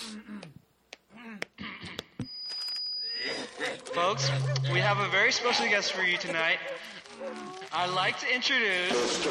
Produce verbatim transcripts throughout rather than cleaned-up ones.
Folks, we have a very special guest for you tonight. I'd like to introduce...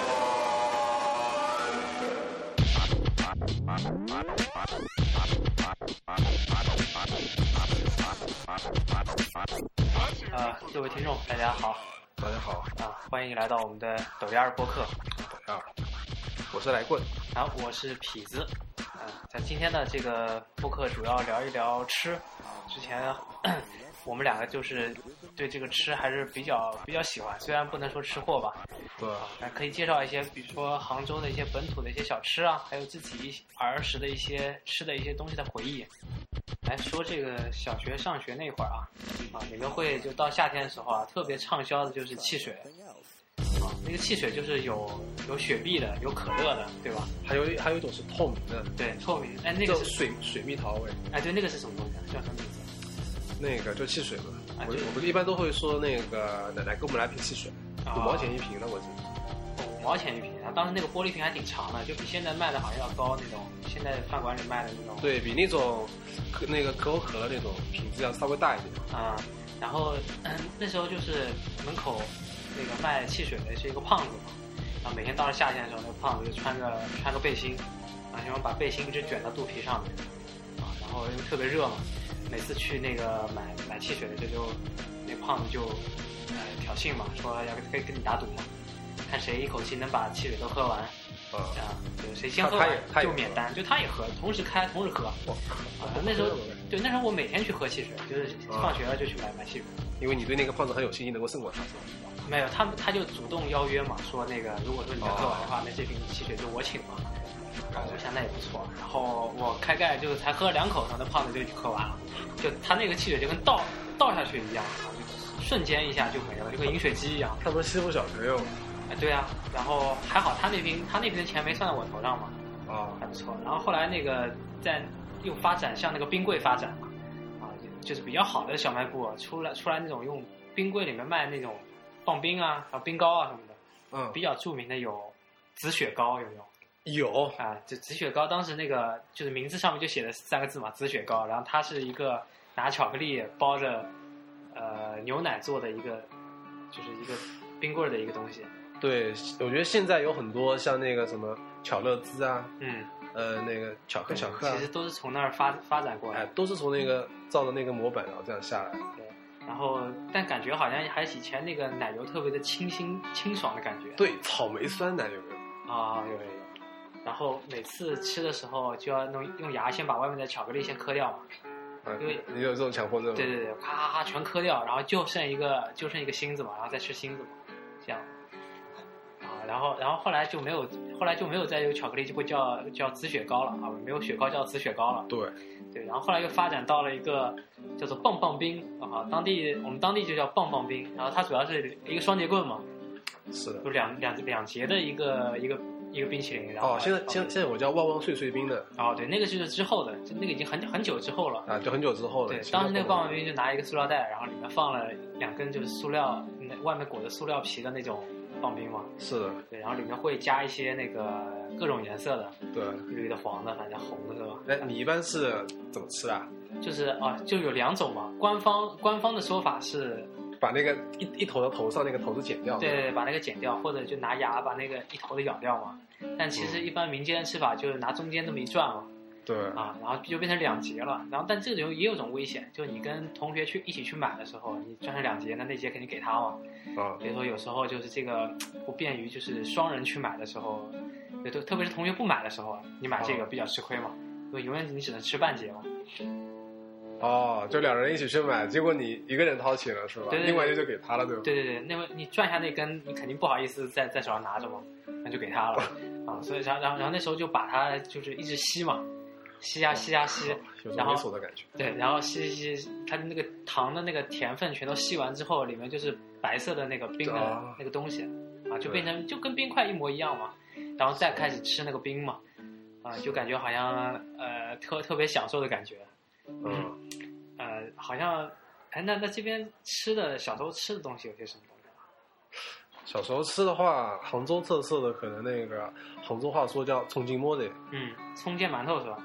呃，各位听众，大家好。 大家好啊，欢迎来到我们的抖音儿播客。 抖音儿，我是来棍， 然后我是痞子。啊，在今天的这个播客主要聊一聊吃。啊，之前我们两个就是对这个吃还是比较比较喜欢，虽然不能说吃货吧。 对。 啊，但可以介绍一些，比如说杭州的一些本土的一些小吃啊，还有自己儿时的一些吃的一些东西的回忆。来说这个小学上学那会儿啊，啊，你们会就到夏天的时候啊，特别畅销的就是汽水，啊，那个汽水就是有有雪碧的，有可乐的，对吧？ 还有还有一种是透明的， 对，透明，哎，那个是水水蜜桃味， 哎，对，那个是什么东西啊？叫什么名字？ 那个就汽水嘛， 啊、 我我们一般都会说那个奶奶给我们来瓶汽水， 啊、 五毛钱一瓶的，我记得。 五毛钱一瓶，然后当时那个玻璃瓶还挺长的，就比现在卖的好像要高那种，现在饭馆里卖的那种。 对比那种可那个可口可乐那种瓶子要稍微大一点。 啊、嗯，然后、嗯、那时候就是门口那个卖汽水的是一个胖子嘛，然后每天到了夏天的时候，那个胖子就穿个穿个背心，啊，然后把背心一直卷到肚皮上面，啊，然后因为特别热嘛，每次去那个买买汽水的，这就那胖子就呃挑衅嘛，说要可以跟你打赌嘛。看谁一口气能把汽水都喝完， 啊， 对，谁先喝完就免单，就他也喝，同时开，同时喝。 哇， 啊，那时候对，那时候我每天去喝汽水，就是放学了就去买买汽水。 因为你对那个胖子很有信心，能够胜过他。 没有，他他就主动邀约嘛，说那个如果说你能喝完的话，那这瓶汽水就我请嘛。然后我想那也不错，然后我开盖就才喝了两口，然后那胖子就喝完了，就他那个汽水就跟倒倒下去一样啊，就瞬间一下就没了，就跟饮水机一样。 他们欺负小朋友。 哎，对啊，然后还好他那瓶他那瓶的钱没算到我头上嘛， 啊， 还不错。然后后来那个在又发展向那个冰柜发展嘛，啊，就是比较好的小卖部出来出来那种用冰柜里面卖那种棒冰啊，然后冰糕啊什么的， 嗯， 比较著名的有紫雪糕，有没有？ 有啊，就紫雪糕当时那个就是名字上面就写了三个字嘛，紫雪糕，然后它是一个拿巧克力包着呃牛奶做的一个，就是一个冰棍的一个东西。 对，我觉得现在有很多像那个什么巧乐兹啊， 嗯， 呃，那个巧克巧克啊， 其实都是从那儿发发展过来， 哎，都是从那个照着那个模板然后这样下来。 对，然后但感觉好像还是以前那个奶油特别的清新清爽的感觉。 对，草莓酸奶有没有？ 啊，有有有。然后每次吃的时候就要弄用牙先把外面的巧克力先磕掉嘛， 啊， 因为你有这种强迫症。 对对对，咔咔咔全磕掉，然后就剩一个就剩一个芯子嘛，然后再吃芯子嘛，这样。然后，然后后来就没有，后来就没有再有巧克力，就会叫叫紫雪糕了啊，没有雪糕叫紫雪糕了。 对， 对，然后后来又发展到了一个叫做棒棒冰啊，当地我们当地就叫棒棒冰，然后它主要是一个双节棍嘛， 是的， 就两两两节的一个一个一个冰淇淋。然后哦，现在现在现在我叫旺旺碎碎冰的。 哦，对，那个就是之后的，那个已经很很久之后了啊，就很久之后了。 对，当时那个棒棒冰就拿一个塑料袋，然后里面放了两根就是塑料，外面裹着塑料皮的那种棒冰嘛， 是的， 对，然后里面会加一些那个各种颜色的， 对， 绿的、黄的，反正红的是吧？ 哎，你一般是怎么吃啊？ 就是啊，就有两种嘛。官方官方的说法是把那个一一头的头上那个头子剪掉， 对对，把那个剪掉，或者就拿牙把那个一头的咬掉嘛。但其实一般民间吃法就是拿中间这么一转嘛， 对啊，然后就变成两节了。然后但这种也有种危险，就是你跟同学去一起去买的时候，你转成两节，那那节肯定给他嘛。 啊， 比如说有时候就是这个不便于就是双人去买的时候，特特别是同学不买的时候，你买这个比较吃亏嘛，因为永远你只能吃半节嘛。 哦，就两人一起去买，结果你一个人掏钱了是吧？ 对对对， 另外一个就给他了，对吧？ 对对对，那么你转下那根，你肯定不好意思在在手上拿着嘛，那就给他了啊。所以然后然后然后那时候就把它就是一直吸嘛，吸呀吸呀吸， 有然后种猥琐的感觉。 对，然后吸吸吸，它的那个糖的那个甜分全都吸完之后，里面就是白色的那个冰的那个东西啊，就变成就跟冰块一模一样嘛。然后再开始吃那个冰嘛，啊，就感觉好像呃特特别享受的感觉。 嗯， 呃，好像，哎，那那这边吃的小时候吃的东西有些什么东西啊？ 小时候吃的话，杭州特色的可能那个杭州话说叫葱筋馍的。 嗯，葱煎馒头是吧？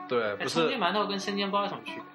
对，不是葱筋馒头跟生煎包有什么区别？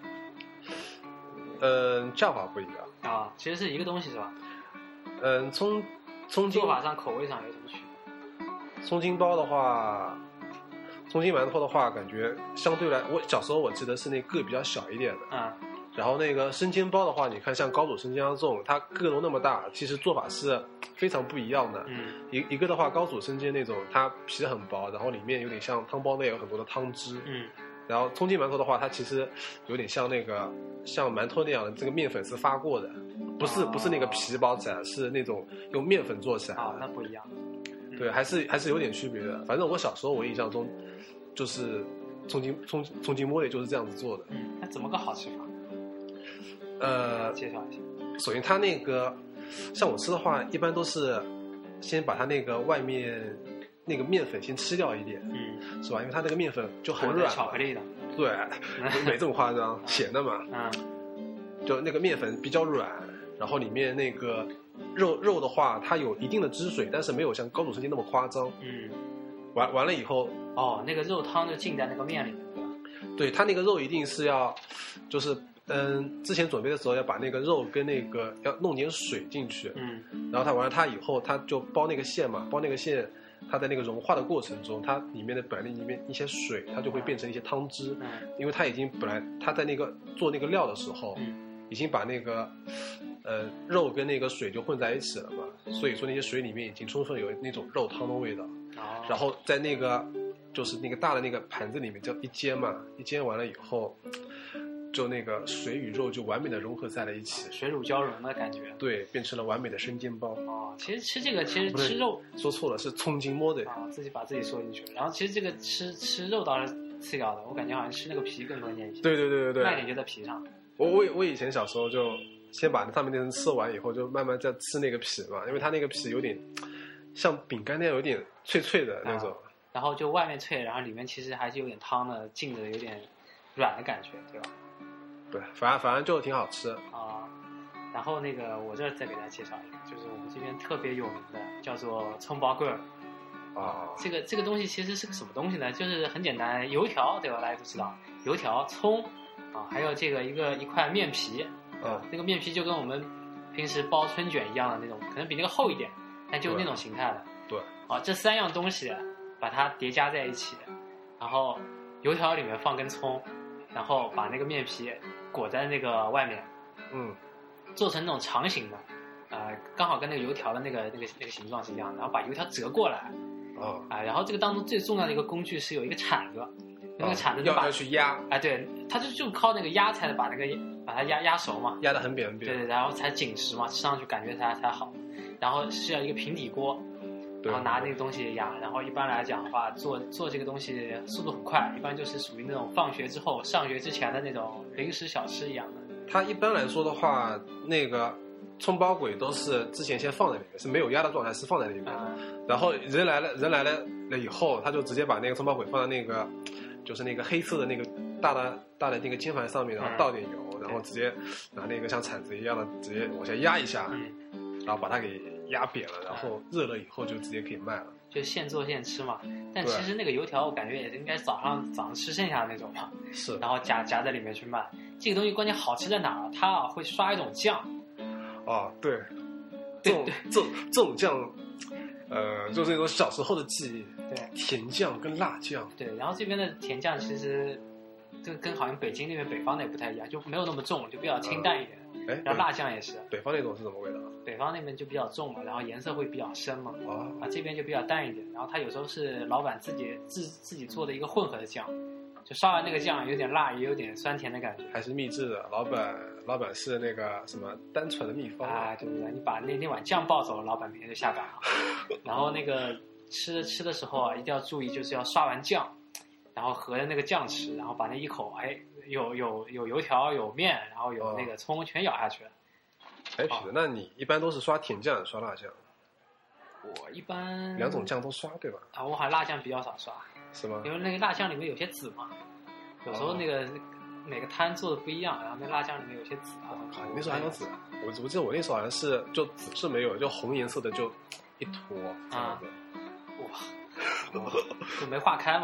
嗯，叫法不一样啊，其实是一个东西是吧？ 嗯，葱葱筋做法上、口味上有什么区别？ 葱筋包的话，葱筋馒头的话，感觉相对来，我小时候我记得是那个比较小一点的， 嗯， 然后那个生煎包的话，你看像高祖生煎包这种，它个都那么大，其实做法是非常不一样的。 嗯， 一一个的话，高祖生煎那种，它皮很薄，然后里面有点像汤包内有很多的汤汁。 嗯， 然后葱筋馒头的话，它其实有点像那个像馒头那样的，这个面粉是发过的，不是、 哦、 不是那个皮包起来，是那种用面粉做起来的。 哦，那不一样。 对，还是还是有点区别的。反正我小时候我印象中，就是葱筋葱葱筋摸也就是这样子做的。 嗯，那怎么个好吃法？ 呃， 介绍一下。 首先它那个，像我吃的话，一般都是先把它那个外面那个面粉先吃掉一点， 嗯， 是吧？因为它那个面粉就很软， 巧克力的。 对，没这么夸张，咸的嘛。 嗯， 就那个面粉比较软，然后里面那个肉肉的话，它有一定的汁水，但是没有像高祖生煎那么夸张。 嗯， 完完了以后， 哦，那个肉汤就浸在那个面里面，对吧？ 对，它那个肉一定是要，就是嗯，之前准备的时候要把那个肉跟那个要弄点水进去， 嗯， 然后它完了它以后，它就包那个馅嘛，包那个馅。它在那个融化的过程中，它里面的本来里面一些水，它就会变成一些汤汁， 嗯， 因为它已经本来它在那个做那个料的时候， 嗯， 已经把那个呃肉跟那个水就混在一起了嘛，所以说那些水里面已经充分有那种肉汤的味道， 哦， 然后在那个就是那个大的那个盘子里面就一煎嘛，一煎完了以后，就那个水与肉就完美的融合在了一起， 水乳交融的感觉， 对，变成了完美的生煎包。 哦，其实吃这个，其实吃肉说错了，是葱筋摸的啊，自己把自己说进去了。然后其实这个吃吃肉倒是次要的，我感觉好像吃那个皮更关键一些。 对对对对对， 卖点就在皮上。 我我我以前小时候就先把上面那层吃完以后，就慢慢再吃那个皮嘛，因为它那个皮有点像饼干那样，有点脆脆的那种。啊、 然后就外面脆，然后里面其实还是有点汤的，浸着有点软的感觉，对吧？ 对，反正反正就挺好吃啊。然后那个我这儿再给大家介绍一个，就是我们这边特别有名的，叫做葱包棍儿。 啊， 这个这个东西其实是个什么东西呢？就是很简单，油条对吧？大家都知道，油条、葱啊，还有这个一个一块面皮。 嗯， 那个面皮就跟我们平时包春卷一样的那种，可能比那个厚一点，但就是那种形态的。 对。 啊，这三样东西把它叠加在一起，然后油条里面放根葱，然后把那个面皮裹在那个外面， 嗯， 做成那种长形的，呃，刚好跟那个油条的那个那个那个形状是一样的，然后把油条折过来， 啊、 啊，然后这个当中最重要的一个工具是有一个铲子，那个铲子要要去压， 哎，对，它就就靠那个压才能把那个把它压压熟嘛， 压得很扁很扁， 对对，然后才紧实嘛，吃上去感觉才才好，然后是要一个平底锅。然后拿那个东西压，然后一般来讲的话，做做这个东西速度很快，一般就是属于那种放学之后、上学之前的那种零食小吃一样的。 它一般来说的话，那个葱包鬼都是之前先放在里面，是没有压的状态，是放在里面。 嗯、 然后人来了，人来了了以后，他就直接把那个葱包鬼放在那个，就是那个黑色的那个大的大的那个煎盘上面，然后倒点油，嗯、然后直接拿那个像铲子一样的直接往下压一下， 嗯、 然后把它给压扁了，然后热了以后就直接可以卖了， 就现做现吃嘛。但其实那个油条我感觉也是应该早上早上吃剩下的那种嘛， 是， 然后夹夹在里面去卖。这个东西关键好吃在哪儿？它啊会刷一种酱。 哦，对，这种这种这种酱，呃，就是那种小时候的记忆。 对， 甜酱跟辣酱。 对，然后这边的甜酱其实跟跟好像北京那边北方的也不太一样，就没有那么重，就比较清淡一点。 哎、嗯， 然后辣酱也是。 北方那种是什么味道？ 北方那边就比较重嘛，然后颜色会比较深嘛， 哦、 啊这边就比较淡一点。然后它有时候是老板自己自自己做的一个混合的酱，就刷完那个酱有点辣，也有点酸甜的感觉。 还是秘制的，老板老板是那个什么单传的秘方啊，对不对？你把那那碗酱抱走了，老板明天就下岗了。然后那个吃吃的时候啊，一定要注意，就是要刷完酱，然后合着那个酱吃，然后把那一口哎有有有油条有面，然后有那个葱全咬下去了。 哎，痞子，那你一般都是刷甜酱刷辣酱？ 我一般两种酱都刷，对吧？ 啊，我好像辣酱比较少刷， 是吗？ 因为那个辣酱里面有些籽嘛，有时候那个、哦、每个摊做的不一样，然后那辣酱里面有些籽啊。 啊，你那时候还有籽？我我记得我那时候好像是就籽是没有，就红颜色的就一坨这样子。 啊、哇，就没化开嘛。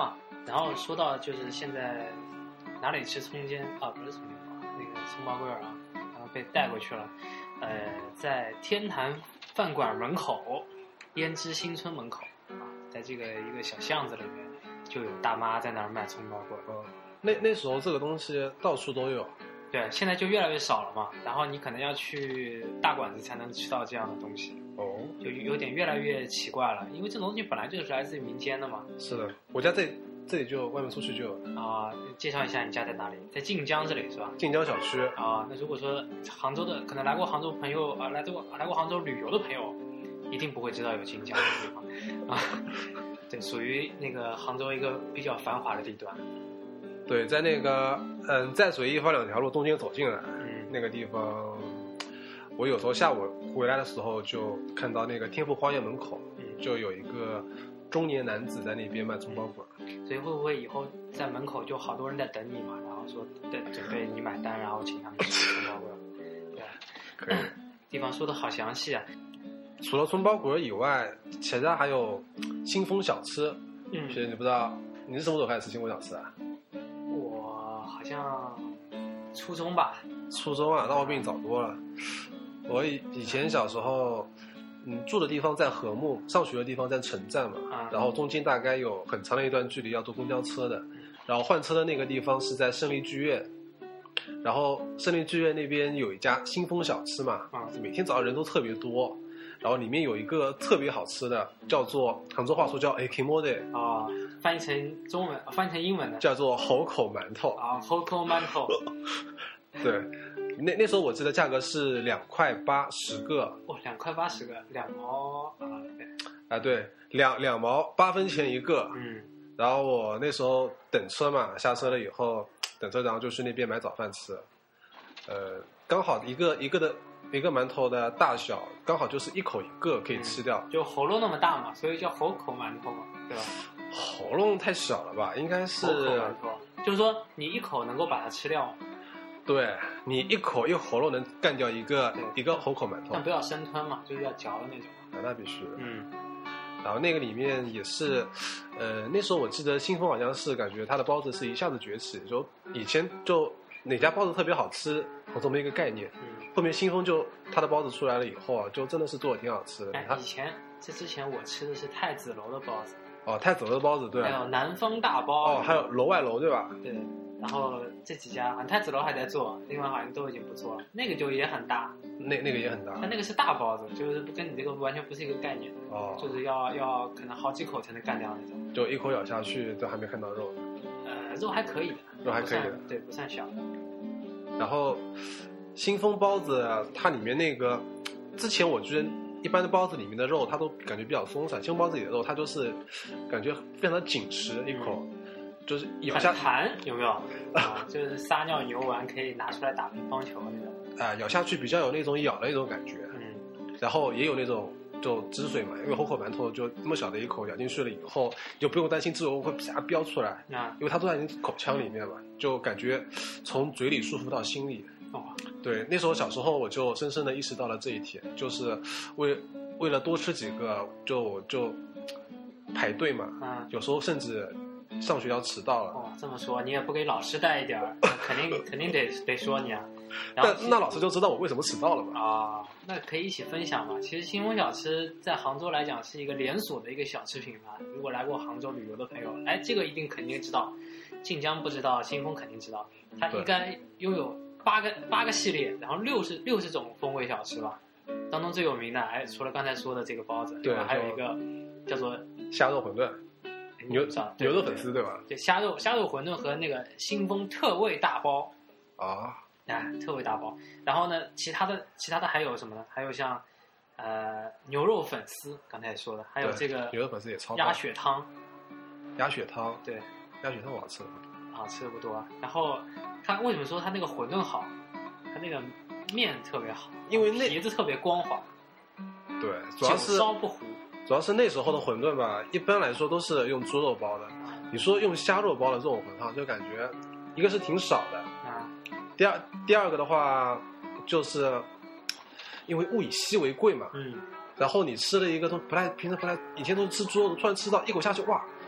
然后说到就是现在哪里吃葱煎啊，不是葱煎包，那个葱包棍啊，然后被带过去了。呃，在天坛饭馆门口，胭脂新村门口啊，在这个一个小巷子里面，就有大妈在那儿卖葱包棍。 嗯，那那时候这个东西到处都有。 对，现在就越来越少了嘛。然后你可能要去大馆子才能吃到这样的东西。 哦， 就有点越来越奇怪了，因为这种东西本来就是来自于民间的嘛。 是的，我家这这里就外面出去就有。 啊、介绍一下你家在哪里？在晋江这里是吧？ 晋江小区。 啊，那如果说杭州的可能来过杭州朋友啊，来过来过杭州旅游的朋友，一定不会知道有晋江这个地方啊。对，属于那个杭州一个比较繁华的地段。 对，在那个嗯在水一坊两条路中间走进来， 嗯， 那个地方，我有时候下午回来的时候就看到那个天府花园门口， 嗯， 就有一个中年男子在那边卖葱包棍。 所以会不会以后在门口就好多人在等你嘛？然后说对准备你买单，然后请他们吃葱包棍，对吧？ 可以。 地方说的好详细啊。 除了葱包棍以外，其他还有新丰小吃。 嗯， 其实你不知道你是什么时候开始吃新丰小吃啊？ 我好像初中吧。 初中啊，那我比你早多了。我以以前小时候，嗯，住的地方在和睦，上学的地方在城站嘛， 啊， 然后中间大概有很长的一段距离要坐公交车的，然后换车的那个地方是在胜利剧院，然后胜利剧院那边有一家新丰小吃嘛， 啊， 每天早上人都特别多，然后里面有一个特别好吃的，叫做杭州话说叫 akimode 啊，翻译成中文，翻译成英文的叫做猴口馒头啊 ，Hoko 馒头。 对，那那时候我记得价格是两块八十个， 哇，两块八十个，两毛啊，对， 啊对，两两毛八分钱一个， 嗯， 然后我那时候等车嘛，下车了以后等车，然后就去那边买早饭吃，呃，刚好一个一个的一个馒头的大小，刚好就是一口一个可以吃掉， 就喉咙那么大嘛，所以叫猴口馒头嘛，对吧？ 喉咙太小了吧，应该是猴口馒头，就是说你一口能够把它吃掉。 对，你一口一喉咙能干掉一个一个猴口馒头， 但不要生吞嘛，就是要嚼的那种。 啊，那必须的。 嗯， 然后那个里面也是，呃，那时候我记得新丰好像是感觉它的包子是一下子崛起，就以前就哪家包子特别好吃，有这么一个概念。 嗯， 后面新丰就它的包子出来了以后啊，就真的是做的挺好吃的。 哎，以前这之前我吃的是太子楼的包子。 哦，太子楼的包子对、啊。 还有南方大包。 哦，还有楼外楼对吧？ 对。然后这几家，好像太子楼还在做，另外好像都已经不做了。那个就也很大， 那那个也很大。 但那个是大包子，就是跟你这个完全不是一个概念。 哦。 就是要要可能好几口才能干掉那种。 就一口咬下去都还没看到肉呢。 呃，肉还可以的。 肉还可以的。 对，不算小的。 然后，新丰包子它里面那个，之前我觉得一般的包子里面的肉它都感觉比较松散，新丰包子里的肉它就是感觉非常的紧实，一口。嗯，就是咬下弹有没有啊？就是撒尿牛丸可以拿出来打乒乓球那种。 啊、呃，咬下去比较有那种咬的那种感觉。 嗯， 然后也有那种就汁水嘛，因为猴口馒头就那么小的一口咬进去了以后，就不用担心汁水会啪飙出来。 啊， 因为它都在你口腔里面嘛，就感觉从嘴里舒服到心里。 哦， 对，那时候小时候我就深深的意识到了这一点，就是为为了多吃几个，就就排队嘛。 啊， 有时候甚至。上学要迟到了哦，这么说你也不给老师带一点儿，肯定肯定得得说你啊。 然后但那老师就知道我为什么迟到了嘛。 啊，那可以一起分享嘛。其实新丰小吃在杭州来讲是一个连锁的一个小吃品牌。如果来过杭州旅游的朋友，哎，这个一定肯定知道。晋江不知道，新丰肯定知道。它应该拥有八个八个系列，然后六十六十种风味小吃吧。当中最有名的，哎，除了刚才说的这个包子， 对， 还有一个叫做虾肉馄饨。牛牛肉粉丝对吧？ 对，虾肉虾肉馄饨和那个新丰特味大包啊， 哎，特味大包。然后呢，其他的其他的还有什么呢？还有像呃牛肉粉丝，刚才说的，还有这个牛肉粉丝也超鸭血汤。 鸭血汤， 对， 鸭血汤我吃的啊，吃的不多。然后它为什么说它那个馄饨好？它那个面特别好， 因为那皮子特别光滑。 对，主要是烧不糊。 主要是那时候的馄饨吧，一般来说都是用猪肉包的。你说用虾肉包的这种馄饨，就感觉一个是挺少的， 啊。 第二第二个的话，就是因为物以稀为贵嘛。 嗯。 然后你吃了一个都不太平时不太以前都吃猪肉，突然吃到一口下去，哇，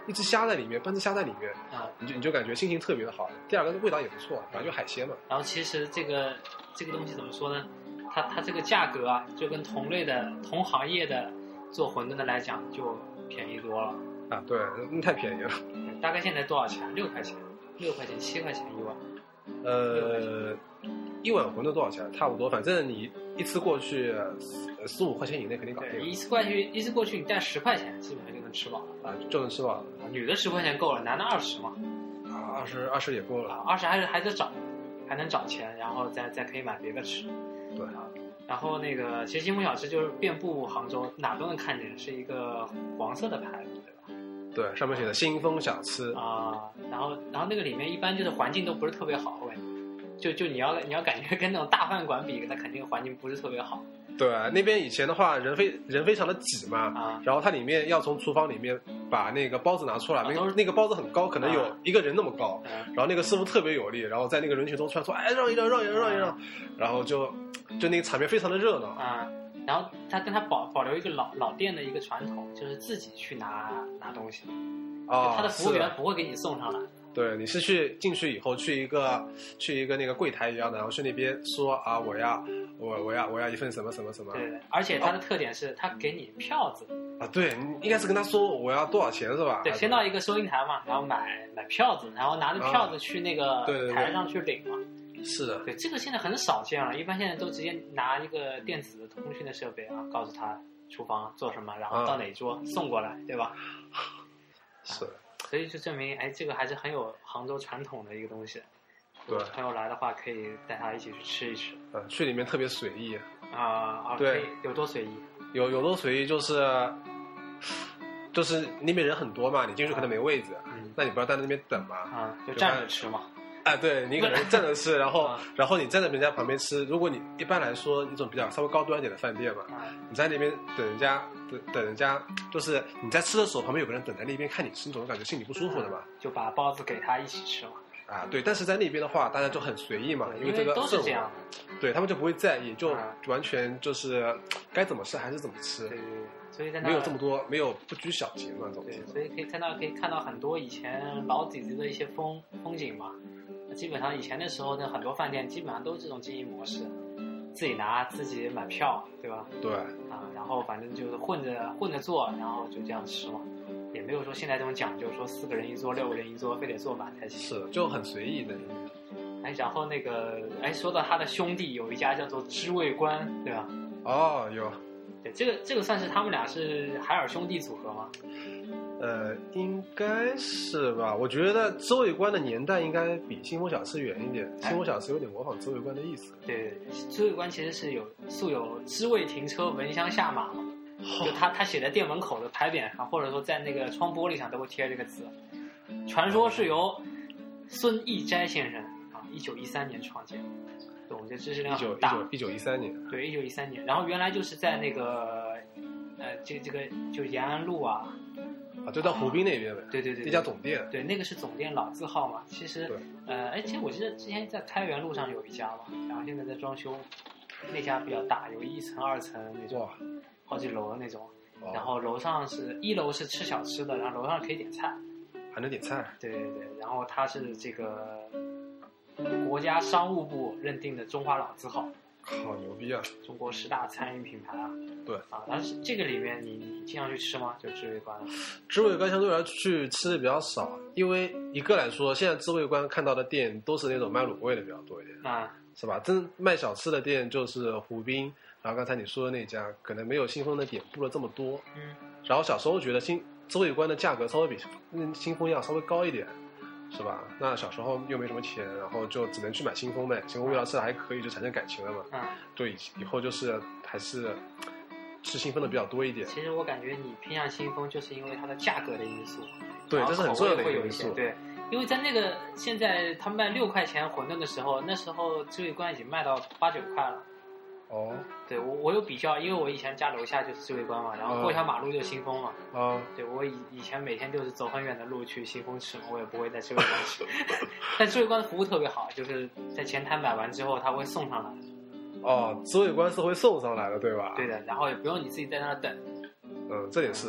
一只虾在里面，半只虾在里面， 啊， 你就你就感觉心情特别的好。第二个味道也不错，反正就海鲜嘛。 然后其实这个这个东西怎么说呢？它它这个价格啊，就跟同类的同行业的做馄饨的来讲就便宜多了。 啊，对，那太便宜了。 大概现在多少钱？六块钱，六块钱，七块钱一碗。 呃，一碗馄饨多少钱？差不多，反正你一次过去十五块钱以内肯定搞定对， 了。 一次过去一次过去你带十块钱，基本上就能吃饱了。 啊，就能吃饱了。 啊，女的十块钱够了，男的二十嘛。 啊，二十二十也够了。 啊，二十还是还得找，还能找钱，然后再再可以买别的吃。 对啊，然后那个其实金丰小吃就是遍布杭州，哪都能看见，是一个黄色的牌子，对吧？ 对，上面写的新丰小吃啊，然后然后那个里面一般就是环境都不是特别好，喂，就就你要你要感觉跟那种大饭馆比，那肯定环境不是特别好。 对，那边以前的话人非人非常的挤嘛， 啊， 然后它里面要从厨房里面把那个包子拿出来， 啊、 那个那个包子很高，可能有一个人那么高， 啊、 然后那个师傅特别有力，然后在那个人群中突然说，哎，让一让，让一让，让一让， 啊、 然后就就那个场面非常的热闹啊。然后他跟他保保留一个老老店的一个传统，就是自己去拿拿东西， 啊， 他的服务员不会给你送上来。 对，你是去进去以后去一个去一个那个柜台一样的，然后去那边说啊，我要我我要我要一份什么什么什么。 对对，而且它的特点是，他给你票子。 啊，对，你应该是跟他说我要多少钱是吧？ 对，先到一个收银台嘛，然后买买票子，然后拿着票子去那个台上去领嘛。 是的， 对，这个现在很少见了，一般现在都直接拿一个电子的通讯的设备啊，告诉他厨房做什么，然后到哪桌、啊、送过来，对吧？ 是的。 所以就证明，哎，这个还是很有杭州传统的一个东西。 对， 朋友来的话，可以带他一起去吃一吃。 嗯，去里面特别随意。 啊啊， 对， 有多随意？ 有有多随意就是，就是那边人很多嘛，你进去可能没位置， 嗯， 那你不要在那边等嘛， 啊，就站着吃嘛。 哎，对，你可能站着吃，然后、啊、然后你站在人家旁边吃。如果你一般来说一种比较稍微高端一点的饭店嘛， 啊、 你在那边等人家等等人家，就是你在吃的时候，旁边有个人等在那边看你吃，你总感觉心里不舒服的嘛。 啊、就把包子给他一起吃嘛。 啊，对，但是在那边的话，大家就很随意嘛，因为这个都是这样， 对他们就不会在意，就完全就是该怎么吃还是怎么吃。 对对对，所以在那没有这么多，没有不拘小节嘛，这种对，所以可以在那可以看到很多以前老底子的一些风风景嘛。基本上以前的时候呢，很多饭店基本上都是这种经营模式，自己拿自己买票，对吧？ 对。 啊，然后反正就是混着混着做，然后就这样吃嘛，也没有说现在这种讲究，说四个人一桌、六个人一桌，非得坐满才行。 是，就很随意的。 哎，然后那个，哎，说到他的兄弟，有一家叫做知味观，对吧？ 哦，有。 对，这个这个算是他们俩是海尔兄弟组合吗？ 呃，应该是吧。我觉得知味观的年代应该比新丰小吃远一点。新丰小吃有点模仿知味观的意思。 对，知味观其实是有素有知味停车闻香下马嘛，哦、就他他写在店门口的牌匾上，或者说在那个窗玻璃上都会贴这个字。传说是由孙义斋先生啊，一九一三年创建。对，我觉得知识量很大。 一九一三年。 对，一九一三年。然后原来就是在那个呃，这个这个就延安路啊。 啊，就到湖滨那边呗。 对对对， 那家总店。 对，那个是总店老字号嘛。其实，呃，哎，其实我记得之前在开元路上有一家嘛，然后现在在装修，那家比较大，有一层、二层那种，好几楼的那种。 哦、 然后楼上是一楼是吃小吃的，然后楼上可以点菜， 还能点菜。 对对对，然后它是这个国家商务部认定的中华老字号。 好牛逼啊！ 中国十大餐饮品牌啊。 对啊，但是这个里面你你经常去吃吗？就知味观。 知味观相对来去吃的比较少，因为一个来说，现在知味观看到的店都是那种卖卤味的比较多一点啊， 是吧？真卖小吃的店就是湖滨，然后刚才你说的那家可能没有新丰的点布了这么多。 嗯。 然后小时候觉得新知味观的价格稍微比新丰要稍微高一点。是吧？那小时候又没什么钱，然后就只能去买新丰呗。新丰味道吃的还可以，就产生感情了嘛。 嗯。 就以以后就是还是吃新丰的比较多一点。 其实我感觉你偏向新丰，就是因为它的价格的因素。 对，这是很重要的一个因素。 对，因为在那个现在他卖六块钱馄饨的时候，那时候知味观已经卖到八九块了。 哦， 对我我有比较，因为我以前家楼下就是知味观嘛，然后过一条马路就是新丰嘛。 啊， 对我以以前每天就是走很远的路去新丰吃嘛，我也不会在知味观吃。但知味观的服务特别好，就是在前台买完之后他会送上来。 哦，知味观是会送上来的，对吧？ 对的，然后也不用你自己在那儿等。 嗯，这点是的。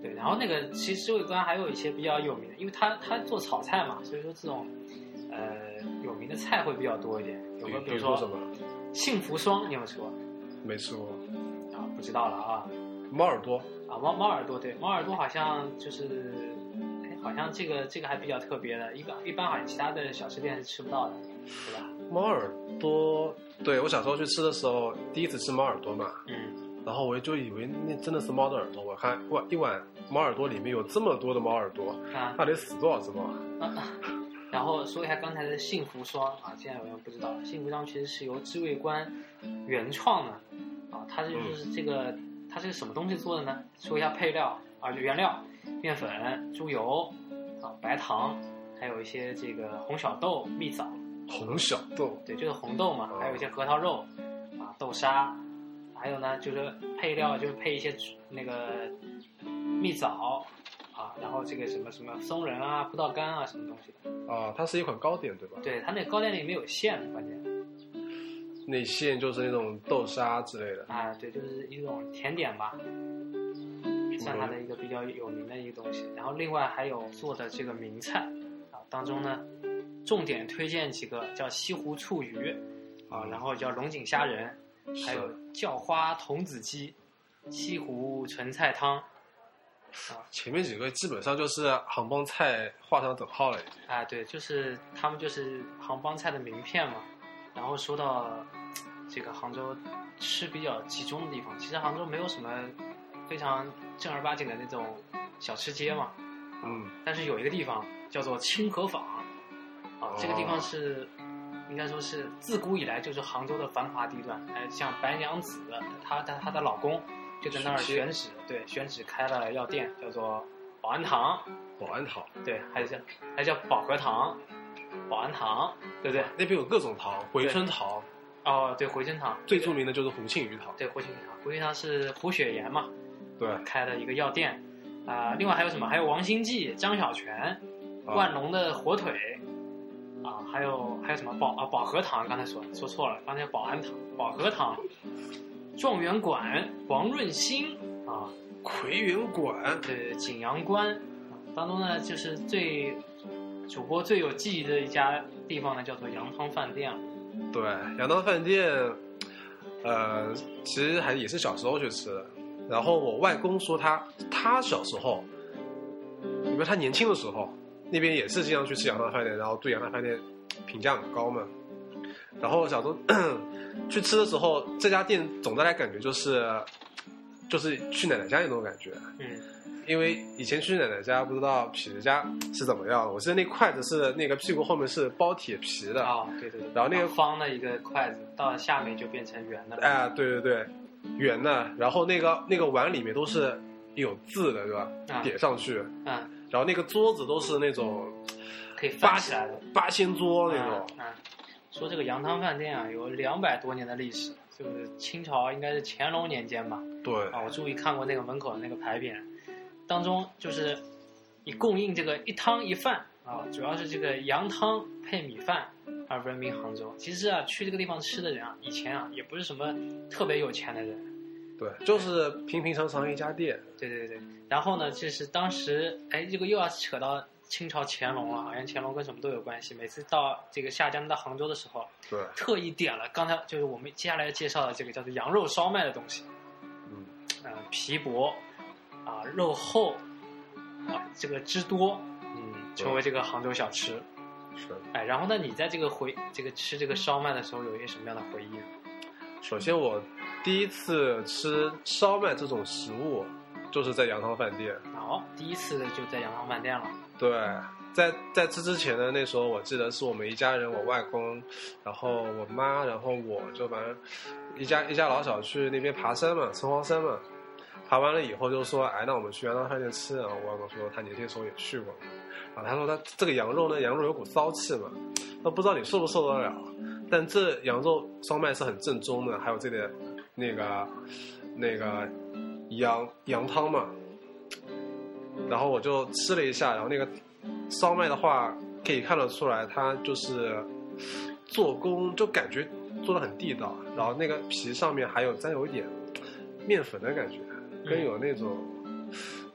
对，然后那个其实知味观还有一些比较有名的，因为它它做炒菜嘛，所以说这种呃有名的菜会比较多一点。有个比如说什么幸福霜，你有没有吃过？ 没吃过啊，不知道了啊。 猫耳朵啊，猫猫耳朵，对，猫耳朵好像就是，哎，好像这个这个还比较特别的，一般一般好像其他的小吃店是吃不到的，对吧？ 猫耳朵，对，我小时候去吃的时候，第一次吃猫耳朵嘛， 嗯， 然后我就以为那真的是猫的耳朵，我看哇，一碗猫耳朵里面有这么多的猫耳朵， 啊， 那得死多少只猫啊？然后说一下刚才的幸福霜啊，既然有人不知道，幸福霜其实是由知味观原创的啊，它就是这个、嗯、它是什么东西做的呢？说一下配料啊，原料：面粉、猪油啊、白糖，还有一些这个红小豆、蜜枣。 红小豆， 对，就是红豆嘛，还有一些核桃肉啊、豆沙，还有呢就是配料就是配一些那个蜜枣。啊，然后这个什么什么松仁啊、葡萄干啊，什么东西的啊？它是一款糕点，对吧？ 对，它那个糕点里面有馅，关键。 那馅就是那种豆沙之类的。 啊，对，就是一种甜点吧，算它的一个比较有名的一个东西。然后另外还有做的这个名菜啊，当中呢，重点推荐几个，叫西湖醋鱼啊，然后叫龙井虾仁，还有叫花童子鸡、西湖纯菜汤。 啊，前面几个基本上就是杭帮菜画上等号了，已经。 啊，对，就是他们就是杭帮菜的名片嘛。然后说到这个杭州吃比较集中的地方，其实杭州没有什么非常正儿八经的那种小吃街嘛。 嗯。 但是有一个地方叫做清河坊，啊，这个地方是、哦、应该说是自古以来就是杭州的繁华地段。哎，像白娘子，她的她的老公。就在那儿选址，对，选址开了药店，叫做保安堂。 保安堂， 对，还叫还叫保和堂，保安堂，对不对？ 那边有各种堂，回春堂。 哦，对，回春堂最著名的就是胡庆余堂。 对，胡庆余堂，胡庆余堂是胡雪岩嘛？ 对， 开的一个药店。啊、呃，另外还有什么？还有王兴记、张小泉、万隆的火腿，啊，还有还有什么保啊保和堂？刚才说说错了，刚才保安堂、保和堂。状元馆、王润兴啊， 奎元馆， 对，景阳关、啊、当中呢，就是最主播最有记忆的一家地方呢，叫做羊汤饭店。 对，羊汤饭店，呃，其实还也是小时候去吃的。然后我外公说他他小时候，因为他年轻的时候，那边也是经常去吃羊汤饭店，然后对羊汤饭店评价很高嘛。然后小时候去吃的时候，这家店总的来感觉就是就是去奶奶家那种感觉。 嗯， 因为以前去奶奶家不知道皮家是怎么样的，我记得那筷子是那个屁股后面是包铁皮的。 哦，对对对。 然后那个方的一个筷子到下面就变成圆的了。 哎，对对对，圆的。然后那个那个碗里面都是有字的，对吧？ 啊、 点上去。 嗯。 然后那个桌子都是那种可以翻起来的八仙桌那种。 嗯。嗯，说这个羊汤饭店啊，有两百多年的历史，就是清朝应该是乾隆年间吧。 对啊，我注意看过那个门口的那个牌匾，当中就是以供应这个一汤一饭啊，主要是这个羊汤配米饭而闻名杭州。其实啊，去这个地方吃的人啊，以前啊也不是什么特别有钱的人， 对，就是平平常常一家店。 对对对。然后呢，就是当时哎，这个又要扯到清朝乾隆了，好像乾隆跟什么都有关系。每次到这个下江到杭州的时候， 对， 特意点了刚才就是我们接下来要介绍的这个叫做羊肉烧麦的东西。 嗯， 呃，皮薄，啊、呃，肉厚，啊、呃，这个汁多，嗯，成为这个杭州小吃。 是。 哎，然后呢，你在这个回这个吃这个烧麦的时候，有一些什么样的回忆呢？ 首先，我第一次吃烧麦这种食物，就是在羊汤饭店。 哦，第一次就在羊汤饭店了。 对，在在吃之前的那时候，我记得是我们一家人，我外公，然后我妈，然后我就反正一家一家老小去那边爬山嘛，城隍山嘛。爬完了以后就说，哎，那我们去羊汤饭店吃。然后我外公说他年轻时候也去过，啊，他说他这个羊肉呢，羊肉有股骚气嘛，那不知道你受不受得了。但这羊肉烧麦是很正宗的，还有这点那个那个羊羊汤嘛。然后我就吃了一下，然后那个烧麦的话可以看得出来，它就是做工就感觉做得很地道，然后那个皮上面还有沾有一点面粉的感觉，跟有那种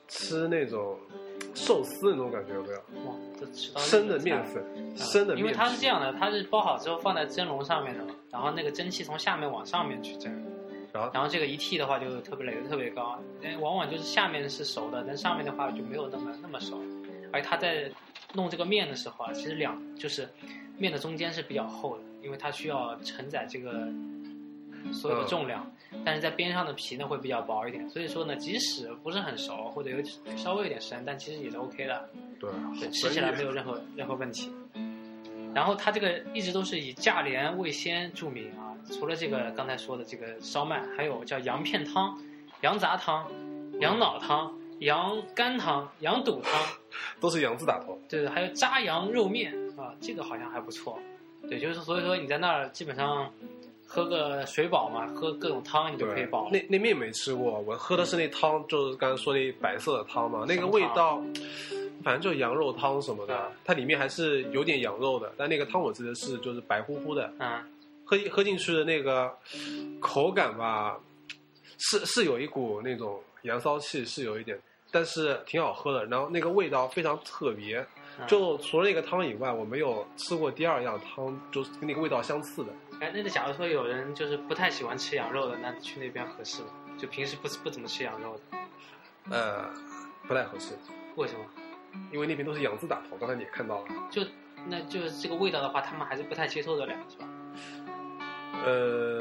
吃那种寿司那种感觉，有没有？ 哇，这吃到生的面粉， 嗯、 生的面粉。 因为它是这样的，它是包好之后放在蒸笼上面的嘛，然后那个蒸汽从下面往上面去蒸， 然后然后这个一屉的话就特别垒得特别高，往往就是下面是熟的，但上面的话就没有那么那么熟。而它在弄这个面的时候啊，其实两就是面的中间是比较厚的，因为它需要承载这个所有的重量，嗯、但是在边上的皮呢会比较薄一点，所以说呢，即使不是很熟或者有稍微有点生，但其实也是 OK 的。 对， 对，吃起来没有任何任何问题。然后它这个一直都是以价廉味鲜著名啊，除了这个刚才说的这个烧麦，还有叫羊片汤、羊杂汤、羊脑汤、羊肝汤、羊肚汤， 都是羊字打头。 对，还有炸羊肉面啊，这个好像还不错。对，就是所以说你在那儿基本上喝个水饱嘛，喝各种汤你就可以饱了。 那那面没吃过，我喝的是那汤，就是刚才说那白色的汤嘛，那个味道。反正就羊肉汤什么的，嗯、它里面还是有点羊肉的，但那个汤我记得是就是白乎乎的， 嗯， 喝喝进去的那个口感吧，是是有一股那种羊骚气，是有一点，但是挺好喝的。然后那个味道非常特别，嗯、就除了那个汤以外，我没有吃过第二样汤，就是跟那个味道相似的。 哎，那假如说有人就是不太喜欢吃羊肉的，那去那边合适吗？就平时不不怎么吃羊肉的， 呃，不太合适。 为什么？ 因为那边都是羊字打头，刚才你也看到了。就那就是这个味道的话，他们还是不太接受得了，是吧？ 呃，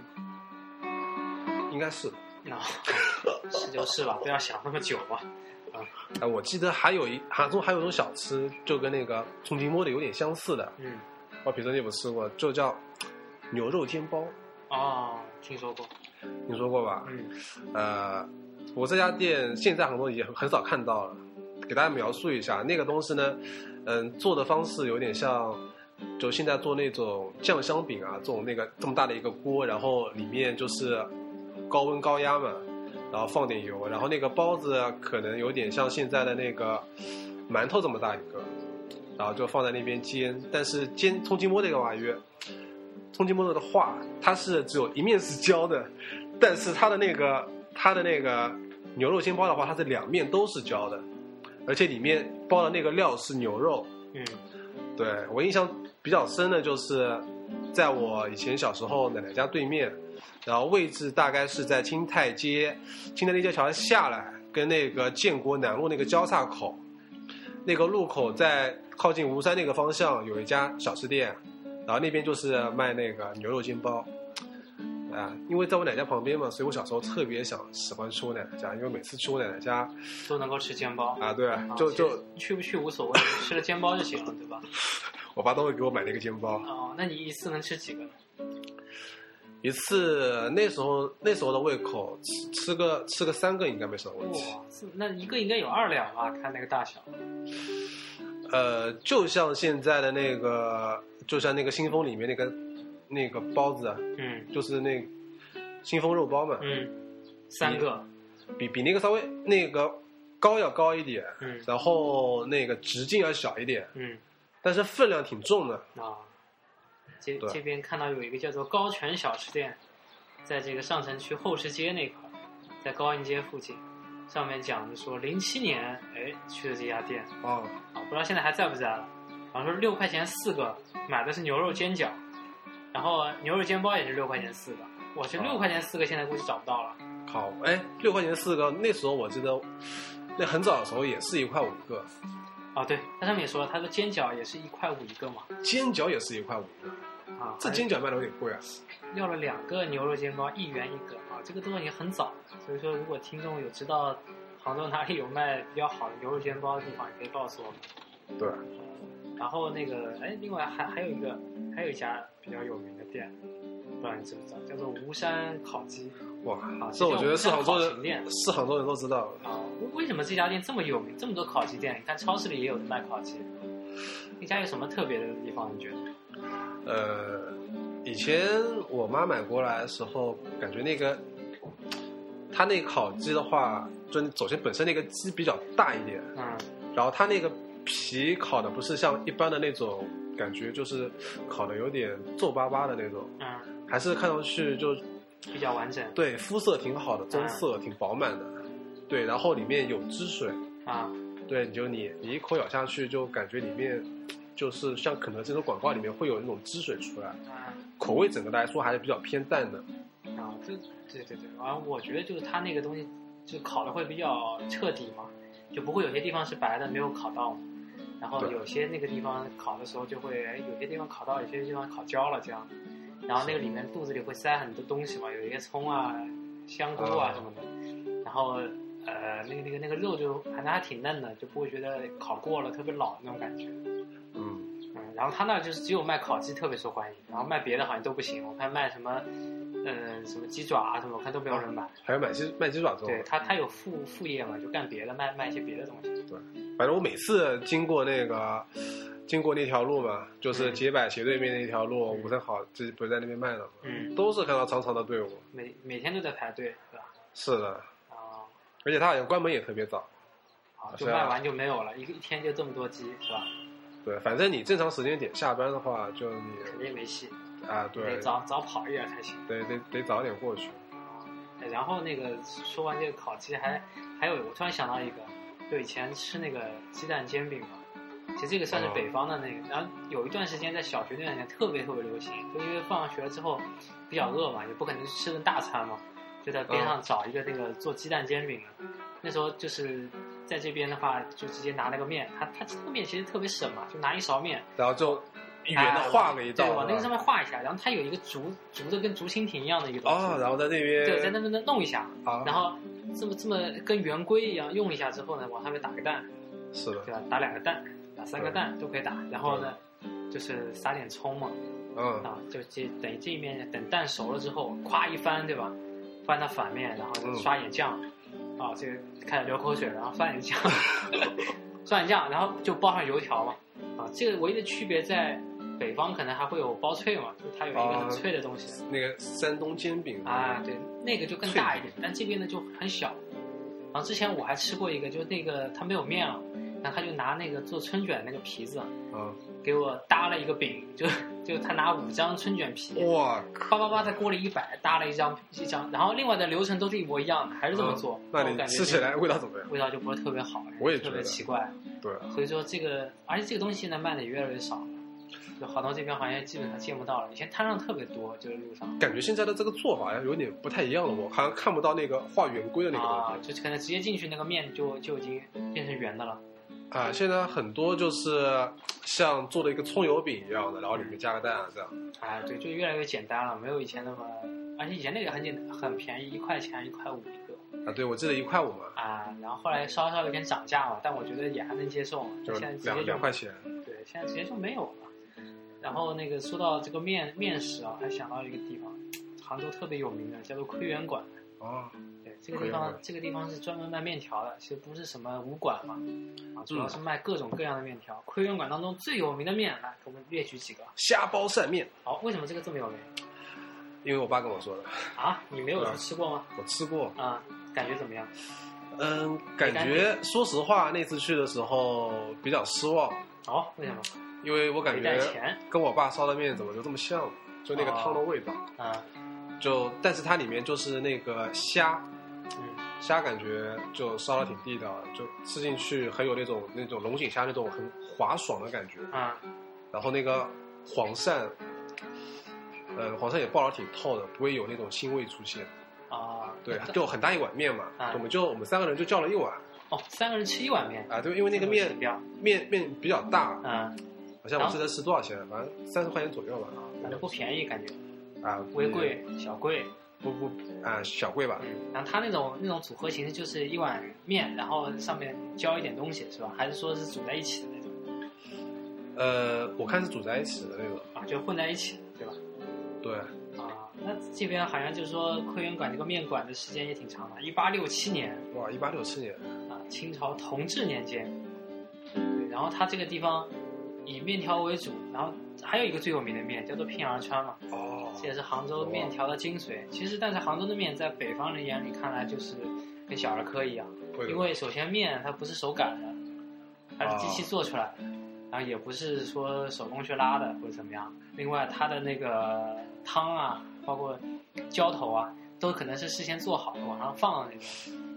应该是。 那、哦、是就是吧，不要想那么久嘛。啊、 嗯呃，我记得还有一杭州还有一种小吃，就跟那个重庆摸的有点相似的。 嗯， 我比如说你有没有吃过，就叫牛肉煎包。 哦，听说过。 听说过吧？ 嗯。 呃，我这家店现在杭州也很少看到了。给大家描述一下那个东西呢，嗯，做的方式有点像，就现在做那种酱香饼啊，这种那个这么大的一个锅，然后里面就是高温高压嘛，然后放点油，然后那个包子可能有点像现在的那个馒头这么大一个，然后就放在那边煎。但是煎葱鸡摸这个玩意儿，葱鸡摸的话，它是只有一面是焦的，但是它的那个它的那个牛肉煎包的话，它是两面都是焦的。而且里面包的那个料是牛肉， 嗯， 对，我印象比较深的就是在我以前小时候奶奶家对面，然后位置大概是在金泰街金泰街桥下来跟那个建国南路那个交叉口，那个路口在靠近吴山那个方向有一家小吃店，然后那边就是卖那个牛肉煎包啊，因为在我奶奶家旁边嘛，所以我小时候特别想喜欢去我奶奶家，因为每次去我奶奶家都能够吃煎包啊，对， 啊就就去不去无所谓，吃了煎包就行了，对吧？ 我爸都会给我买那个煎包。 哦，那你一次能吃几个呢？ 一次那时候那时候的胃口吃吃个吃个三个应该没什么问题。 哇，那一个应该有二两吧？看那个大小。 呃，就像现在的那个，就像那个新丰里面那个。那个包子啊， 嗯， 就是那新丰肉包嘛， 嗯，三个， 比比那个稍微那个高要高一点， 嗯， 然后那个直径要小一点， 嗯， 但是分量挺重的啊。这这边看到有一个叫做高泉小吃店，在这个上城区后市街那块，在高营街附近，上面讲的说零七年哎去的这家店哦啊，不知道现在还在不在了。好像说六块钱四个，买的是牛肉煎饺。然后牛肉煎包也是六块钱四个，我这六块钱四个现在估计找不到了。 好，哎，六块钱四个，那时候我记得，那很早的时候也是一块五一个。 哦，对，它上面也说了，它的煎饺也是一块五一个嘛。 煎饺也是一块五一个啊， 这煎饺卖的有点贵啊。 要了两个牛肉煎包，一元一个啊，这个都已经很早了。所以说，如果听众有知道杭州哪里有卖比较好的牛肉煎包的地方，也可以告诉我们。 对。 然后那个，哎，另外还还有一个，还有一家比较有名的店，不知道你知不知道，叫做吴山烤鸡。 哇， 啊， 这我觉得是杭州人， 店是杭州人都知道啊。为什么这家店这么有名？这么多烤鸡店，你看超市里也有的卖烤鸡。那家有什么特别的地方？你觉得？ 呃，以前我妈买过来的时候，感觉那个，它那个烤鸡的话，就首先本身那个鸡比较大一点， 嗯， 然后它那个皮烤的不是像一般的那种感觉，就是烤的有点皱巴巴的那种， 嗯， 还是看上去就比较完整， 对，肤色挺好的，棕色、嗯、挺饱满的。 对，然后里面有汁水啊， 对，你就你你一口咬下去，就感觉里面就是像肯德基这种广告里面会有那种汁水出来， 啊口味整个来说还是比较偏淡的。 啊，这对对对，然后我觉得就是它那个东西就烤的会比较彻底嘛，就不会有些地方是白的没有烤到嘛，然后有些那个地方烤的时候就会，哎，有些地方烤到，有些地方烤焦了这样，然后那个里面肚子里会塞很多东西嘛，有一些葱啊、香菇啊什么的，然后呃那个那个那个肉就反正还挺嫩的，就不会觉得烤过了特别老那种感觉。 嗯嗯，然后他那就是只有卖烤鸡特别受欢迎，然后卖别的好像都不行，我看卖什么。嗯，什么鸡爪啊什么，我看都没有人买。 还有买鸡卖鸡爪这种。 对他，他有副副业嘛，就干别的，卖卖一些别的东西。 对，反正我每次经过那个，经过那条路嘛，就是街柏斜对面那条路， 嗯、 五生好这不是在那边卖的嘛， 嗯， 都是看到长长的队伍， 每每天都在排队，是吧？ 是的。 啊、哦。 而且他好像关门也特别早。 啊，就卖完就没有了，一个一天就这么多鸡，是吧？ 对，反正你正常时间点下班的话，就你肯定没戏。 啊，对， 得早早跑一点才行。 得得得早点过去。 啊，然后那个说完这个烤鸡还，还还有我突然想到一个，就以前吃那个鸡蛋煎饼嘛，其实这个算是北方的那个。然后有一段时间在小学那段时间特别特别流行，就因为放学了之后比较饿嘛，也不可能吃顿大餐嘛，就在边上找一个那个做鸡蛋煎饼的。那时候就是在这边的话，就直接拿那个面，它它这个面其实特别省嘛，就拿一勺面， 然后就。一圆的画了一道， 对，往那个上面画一下，然后它有一个竹竹的跟竹蜻蜓一样的一个东西， 哦，然后在那边对，在那边弄一下， 啊， 然后这么这么跟圆规一样用一下之后呢，往上面打个蛋， 是的， 对吧？打两个蛋，打三个蛋都可以打，然后呢，就是撒点葱嘛， 嗯啊，就这等于这一面等蛋熟了之后，咵一翻，对吧？翻到反面，然后刷点酱，嗯、啊，这个开始流口水，然后刷点酱，刷点酱，然后就包上油条嘛，啊，这个唯一的区别在。北方可能还会有包脆嘛，就是它有一个很脆的东西。 啊、那个山东煎饼啊，对，那个就更大一点，但这边呢就很小。然后之前我还吃过一个，就是那个它没有面了，然后他就拿那个做春卷那个皮子， 嗯， 给我搭了一个饼，就就他拿五张春卷皮， 哇， 叭叭叭在锅里一摆，搭了一张一张，然后另外的流程都是一模一样的，还是这么做。 嗯、那你吃起来味道怎么样？ 味道就不是特别好， 我也觉得特别奇怪。 对， 所以说这个，而且这个东西现在卖的也越来越少。就好多这边好像基本上见不到了，以前摊上特别多，就是路上。 感觉现在的这个做法有点不太一样了，我好像看不到那个画圆规的那个东西， 啊，就可能直接进去那个面就就已经变成圆的了。 啊，现在很多就是像做的一个葱油饼一样的，然后里面加个蛋啊这样。 啊，对，就越来越简单了，没有以前那么，而且以前那个很简单，很便宜，一块钱一块五一个。 啊，对，我记得一块五嘛。 啊，然后后来稍稍有点涨价嘛，但我觉得也还能接受嘛。 就现在直接就两两块钱。 对，现在直接就没有了。然后那个说到这个面面食啊，还想到一个地方，杭州特别有名的叫做亏元馆。 哦， 对，这个地方这个地方是专门卖面条的，其实不是什么武馆嘛，啊，主要是卖各种各样的面条。亏元馆当中最有名的面，来给我们列举几个。 虾包鳝面。 好，为什么这个这么有名？ 因为我爸跟我说的。 啊，你没有吃过吗？ 我吃过。 啊，感觉怎么样？ 嗯，感觉说实话，那次去的时候比较失望。 哦，为什么？ 因为我感觉跟我爸烧的面怎么就这么像，就那个汤的味道。 啊、哦， 就但是它里面就是那个虾， 嗯， 虾感觉就烧的挺地道的，就吃进去很有那种那种龙井虾那种很滑爽的感觉。 啊、 嗯，然后那个黄鳝，呃，黄鳝也爆得挺透的，不会有那种腥味出现。 啊、哦， 对，就很大一碗面嘛， 啊、 我们就我们三个人就叫了一碗。 哦，三个人吃一碗面啊？对，因为那个面面面比较大， 嗯， 好像我记得是多少钱，反正三十块钱左右吧， 反正不便宜感觉， 啊， 微贵小贵， 不不啊小贵吧， 嗯，然后它那种那种组合形式就是一碗面，然后上面浇一点东西是吧？还是说是煮在一起的那种？ 呃，我看是煮在一起的那种， 啊，就混在一起的对吧？ 对。 啊，那这边好像就是说亏元馆这个面馆的时间也挺长的，一八六七年。 哇，一八六七年。 啊，清朝同治年间。对，然后它这个地方以面条为主，然后还有一个最有名的面叫做片儿川嘛。 哦。 这也是杭州面条的精髓。其实，但是杭州的面在北方人眼里看来就是跟小儿科一样，因为首先面它不是手擀的，它是机器做出来的。哦，然后也不是说手工去拉的或者怎么样，另外它的那个汤啊，包括浇头啊，都可能是事先做好的往上放的那种，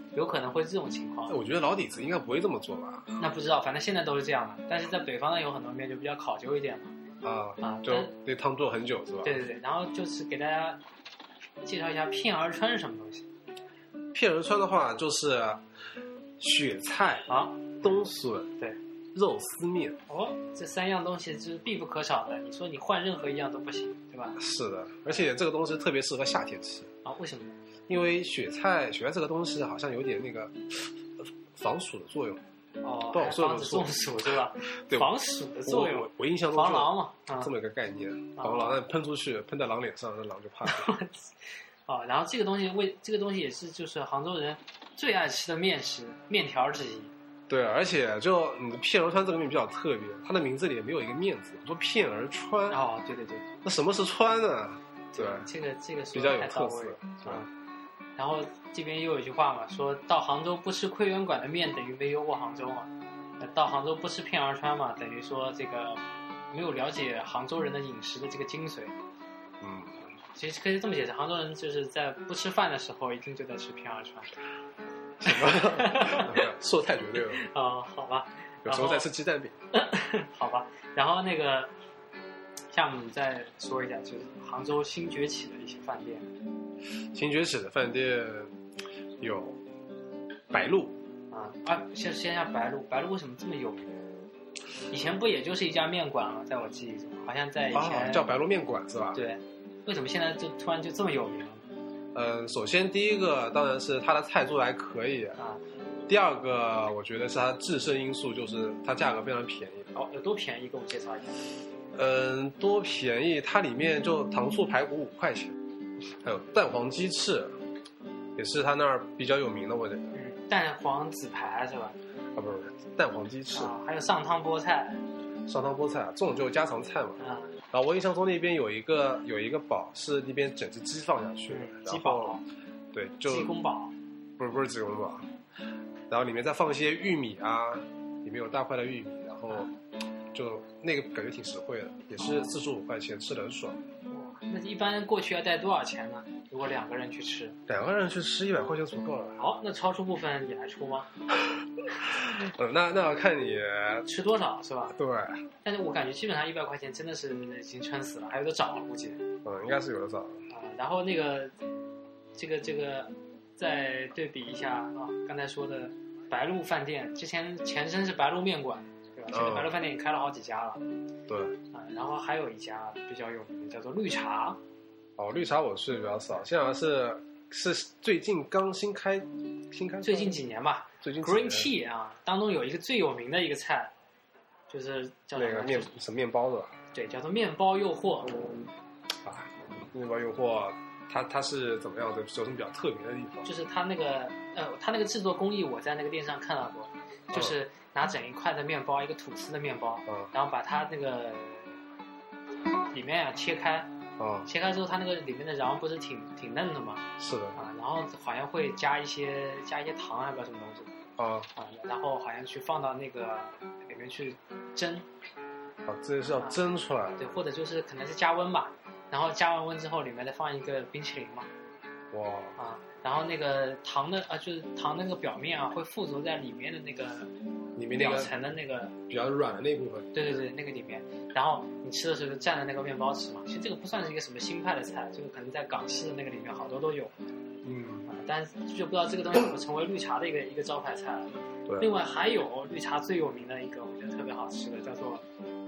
有可能会这种情况。 我觉得老底子应该不会这么做吧？ 那不知道，反正现在都是这样的。但是在北方呢，有很多面就比较考究一点嘛。 啊啊， 就那汤做很久是吧？ 对对对，然后就是给大家介绍一下片儿川是什么东西。 片儿川的话就是雪菜啊， 冬笋， 对， 肉丝面。 哦，这三样东西就是必不可少的。你说你换任何一样都不行，对吧？ 是的，而且这个东西特别适合夏天吃。 啊，为什么呢？ 因为雪菜，雪菜这个东西好像有点那个防暑的作用。 哦， 不好说防止中暑是吧？ 对， 防暑的作用。 我我印象中防狼嘛，啊、 这么一个概念。 啊、 防狼，喷出去，喷在狼脸上，那狼就怕了。 啊，然后这个东西为这个东西也是就是杭州人最爱吃的面食，面条之一。 对，而且就你的片儿川这个面比较特别，它的名字里也没有一个面字，说片儿川。 哦，对对对。 那什么是川呢？对， 这个这个比较有特色， 啊。然后这边又有一句话嘛，说到杭州不吃亏源馆的面等于没游过杭州嘛，到杭州不吃片儿川嘛，等于说这个没有了解杭州人的饮食的这个精髓。 嗯， 其实可以这么解释，杭州人就是在不吃饭的时候一定就在吃片儿川。 什么？说太绝对了。 啊、呃，好吧。 有时候在吃鸡蛋饼。 好吧，然后那个，像我们再说一下，就是杭州新崛起的一些饭店。 新崛起的饭店有白鹿啊啊，先先下白鹿，白鹿为什么这么有名？以前不也就是一家面馆吗？在我记忆中，好像在以前、 哦、叫白鹿面馆是吧？ 对，为什么现在就突然就这么有名了？ 嗯，首先第一个当然是它的菜做的还可以啊， 第二个我觉得是它自身因素，就是它价格非常便宜。 哦，有多便宜？给我们介绍一下。 嗯，多便宜？它里面就糖醋排骨五块钱，还有蛋黄鸡翅，也是它那儿比较有名的，我觉得。 嗯，蛋黄紫排是吧？ 啊，不是不是，蛋黄鸡翅。 啊，还有上汤菠菜。 上汤菠菜，这种就是家常菜嘛。 啊。 然后我印象中那边有一个有一个堡是那边整只鸡放下去， 嗯、鸡堡。 对，就鸡公堡。 不是不是鸡公堡，然后里面再放一些玉米啊，里面有大块的玉米，然后就那个感觉挺实惠的，也是四十五块钱，吃得很爽。 哇，那一般过去要带多少钱呢？如果两个人去吃， 两个人去吃一百块钱足够了。 好，那超出部分你来出吗？ 嗯，那那要看你吃多少是吧？ 对。 但是我感觉基本上一百块钱真的是已经撑死了，还有的找估计。 嗯，应该是有的找。 啊，然后那个，这个这个，再对比一下啊，刚才说的白鹿饭店，之前前身是白鹿面馆，对吧？现在白鹿饭店也开了好几家了。 对。 啊，然后还有一家比较有名的叫做绿茶。 哦，绿茶我去的比较少，现在是是最近刚新开，新开最近几年吧。 最近 Green Tea 啊，当中有一个最有名的一个菜，就是叫那个面什么面包的吧？ 对，叫做面包诱惑。 啊，面包诱惑，它它是怎么样的？有什么比较特别的地方？ 就是它那个呃，它那个制作工艺，我在那个电视上看到过，就是拿整一块的面包，一个吐司的面包， 嗯， 然后把它那个里面啊切开。 啊、嗯， 切开之后，它那个里面的瓤不是挺挺嫩的吗？ 是的啊，然后好像会加一些加一些糖啊，不知道什么东西啊啊，然后好像去放到那个里面去蒸。 啊，这是要蒸出来、啊。 对，或者就是可能是加温吧，然后加完温之后，里面再放一个冰淇淋嘛。 哇！ 啊，然后那个糖的啊，就是糖那个表面啊，会附着在里面的那个里面那个表层的那个比较软的那部分。 对对对，那个里面，然后你吃的时候就蘸着那个面包吃嘛。其实这个不算是一个什么新派的菜，这个可能在港式的那个里面好多都有。 嗯啊，但是就不知道这个东西怎么成为绿茶的一个一个招牌菜了。 对。 另外还有绿茶最有名的一个，我觉得特别好吃的，叫做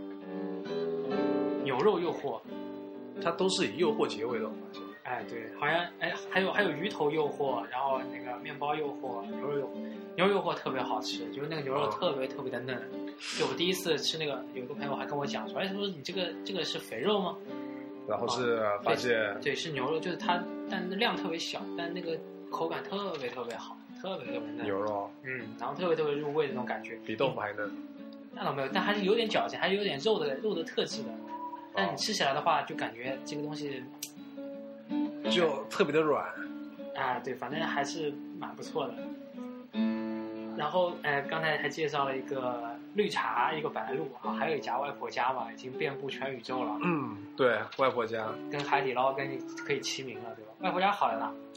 牛肉诱惑。 它都是以诱惑结尾的，我发现。 哎，对，好像哎，还有还有鱼头诱惑，然后那个面包诱惑，牛肉诱牛肉诱惑特别好吃，就是那个牛肉特别特别的嫩。就我第一次吃那个，有个朋友还跟我讲说，哎，他说你这个这个是肥肉吗？ 然后是发现、 啊、对, 对是牛肉，就是它，但量特别小，但那个口感特别特别好，特别特别嫩。 牛肉， 嗯，然后特别特别入味的那种感觉， 比豆腐还嫩。 那倒没有，但还是有点嚼劲，还是有点肉的肉的特质的。但你吃起来的话，就感觉这个东西就特别的软啊，对，反正还是蛮不错的。然后，呃，刚才还介绍了一个绿茶，一个白鹿啊，还有一家外婆家嘛，已经遍布全宇宙了。 嗯，对，外婆家跟海底捞跟可以齐名了，对吧？外婆家好在哪？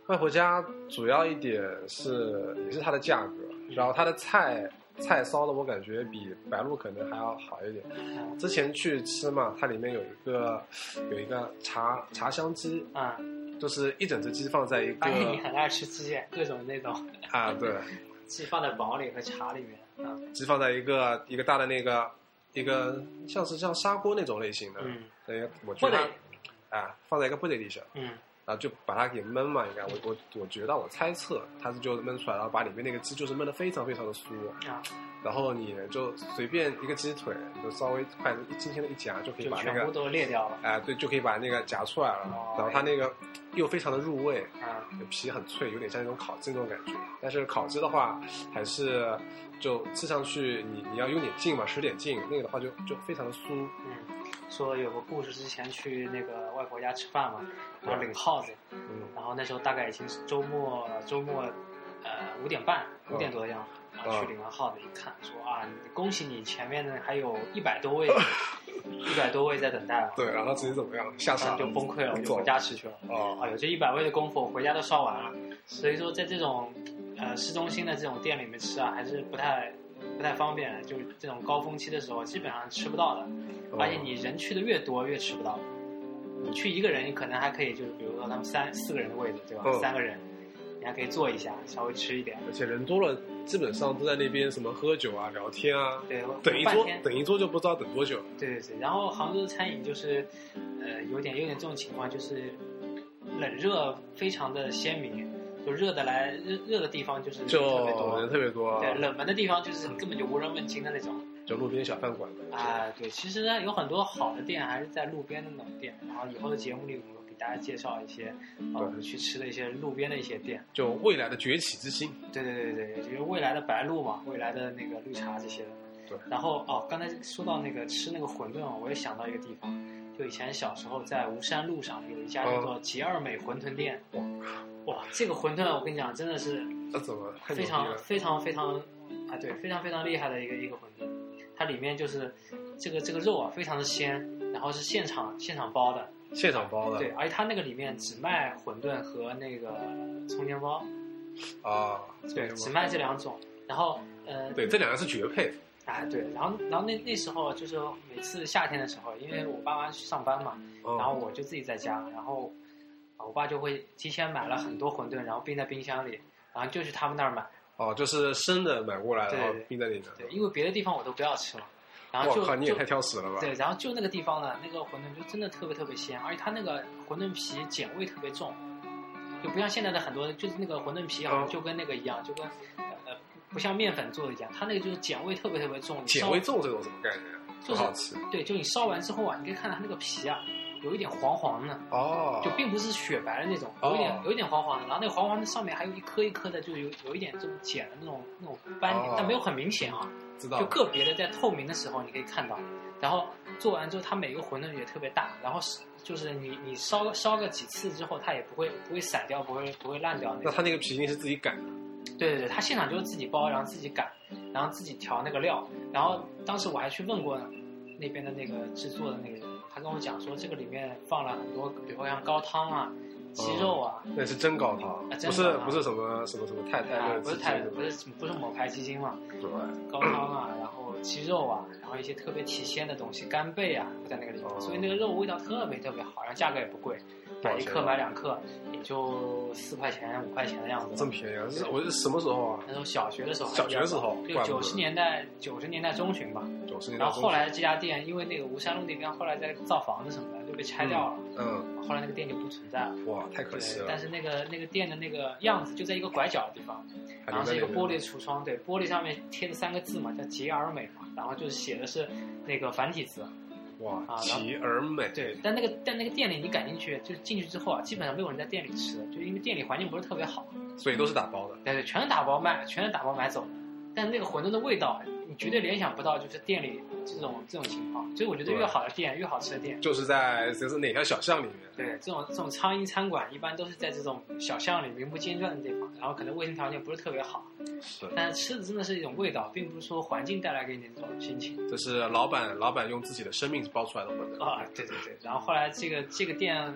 外婆家主要一点是也是它的价格，然后它的菜菜烧的我感觉比白鹿可能还要好一点。之前去吃嘛，它里面有一个有一个茶茶香鸡啊、 嗯，就是一整只鸡放在一个。 发现你很爱吃鸡，各种那种啊，对， 鸡放在煲里和茶里面啊， 鸡放在一个一个大的那个一个像是像砂锅那种类型的， 嗯， 对，我觉得啊放在一个布袋里上， 嗯。 啊，就把它给焖嘛，应该我我我觉得我猜测它是就焖出来，然后把里面那个鸡就是焖得非常非常的酥， 啊， 然后你就随便一个鸡腿，你就稍微筷子一轻轻的一夹就可以把那个全部都裂掉了， 哎、呃，对，就可以把那个夹出来了， 哦、 然后它那个又非常的入味， 啊， 皮很脆，有点像那种烤鸡那种感觉，但是烤鸡的话还是就吃上去你你要用点劲嘛，使点劲，那个的话就就非常的酥， 嗯。说有个故事，之前去那个外婆家吃饭嘛，然后领耗子， 嗯， 然后那时候大概已经是周末，周末，呃五点半五点多的样子，然后去领完耗子一看，说啊，恭喜你前面呢还有一百多位，一百多位在等待了。 对，然后自己怎么样？吓傻了， 就崩溃了，就回家吃去了。 哦， 啊，有这一百位的功夫，我回家都烧完了。所以说，在这种呃市中心的这种店里面吃啊，还是不太。不太方便，就是这种高峰期的时候基本上吃不到的，而且你人去的越多越吃不到。你去一个人，你可能还可以，就是比如说他们三四个人的位置，对吧？ 嗯、 三个人，你还可以坐一下，稍微吃一点。 而且人多了，基本上都在那边什么喝酒啊、聊天啊。 对， 等一桌，等一桌就不知道等多久。 对对对，然后杭州的餐饮就是，呃，有点有点这种情况，就是冷热非常的鲜明。就热的来热热的地方就是人特别多， 人特别多。 对，冷门的地方就是根本就无人问津的那种， 就路边小饭馆的。 啊、呃，对，其实呢有很多好的店还是在路边的那种店。然后以后的节目里，我们给大家介绍一些，呃，我们去吃的一些路边的一些店， 就未来的崛起之星。 对对对对，就是未来的白鹿嘛，未来的那个绿茶这些的。 对。 然后哦，刚才说到那个吃那个馄饨，我也想到一个地方，就以前小时候在吴山路上有一家叫做杰二美馄饨店。 哇、哦。 哇，这个馄饨我跟你讲，真的是， 这怎么非常非常非常啊，对，非常非常厉害的一个一个馄饨。它里面就是这个这个肉啊，非常的鲜，然后是现场现场包的， 现场包的。 对，而且它那个里面只卖馄饨和那个葱煎包。 啊， 对，只卖这两种。然后呃， 对，这两个是绝配。 哎，对，然后然后那那时候就是每次夏天的时候，因为我爸妈去上班嘛， 哦、 然后我就自己在家，然后。我爸就会提前买了很多馄饨，然后冰在冰箱里，然后就去他们那儿买。 哦，就是生的买过来，然后冰在里面。 对，因为别的地方我都不要吃了。然后就哇靠，你也太挑食了吧？ 对，然后就那个地方呢，那个馄饨就真的特别特别鲜，而且它那个馄饨皮碱味特别重，就不像现在的很多，就是那个馄饨皮好像就跟那个一样，哦、就跟呃不像面粉做的一样，它那个就是碱味特别特别重。 碱味重这种什么概念？ 就是好吃。 对，就你烧完之后啊，你可以看到它那个皮啊。有一点黄黄的哦， 就并不是雪白的那种，有一点、哦、有一点黄黄的，然后那个黄黄的上面还有一颗一颗的，就有有一点这种碱的那种那种斑点，哦、但没有很明显啊， 知道， 就个别的在透明的时候你可以看到。然后做完之后，它每个馄饨也特别大，然后就是你你烧烧个几次之后，它也不会不会散掉，不会不会烂掉那。 那它那个皮一定是自己擀的？ 对对对，他现场就是自己包，然后自己擀，然后自己调那个料。然后当时我还去问过那边的那个制作的那个人。他跟我讲说，这个里面放了很多，比如说像高汤啊、鸡肉啊， 嗯、那是真高汤， 啊、 不是不是什么什么什么太太啊，不是太不是不是抹牌鸡精嘛， 对， 高汤啊，然后鸡肉啊，然后一些特别提鲜的东西，干贝啊，都在那个里面，哦、所以那个肉味道特别特别好，然后价格也不贵，买一克买两克也就四块钱五块钱的样子。 这么便宜啊？是我是什么时候啊？ 那时候小学的时候， 小学的时候， 就九十年代九十年代中旬吧。 九十年代。 然后后来这家店因为那个吴山路那边后来在造房子什么的就被拆掉了， 嗯， 嗯后来那个店就不存在了。 哇，太可惜了。 但是那个那个店的那个样子就在一个拐角的地方，然后是一个玻璃橱窗，对，玻璃上面贴着三个字嘛，叫杰而美嘛，然后就是写的是那个繁体字。 哇，杰而美。 对，但那个但那个店里你赶进去，就进去之后啊，基本上没有人在店里吃，就因为店里环境不是特别好， 所以都是打包的。 对对，全是打包卖，全是打包买走的。但是那个馄饨的味道，你绝对联想不到，就是店里这种这种情况。所以我觉得越好的店，越好吃的店， 就是在就是哪条小巷里面。 对，这种这种苍蝇餐馆一般都是在这种小巷里名不见传的地方，然后可能卫生条件不是特别好。 是。 但是吃的真的是一种味道，并不是说环境带来给你这种心情。 这是老板老板用自己的生命包出来的馄饨。 啊，对对对。然后后来这个这个店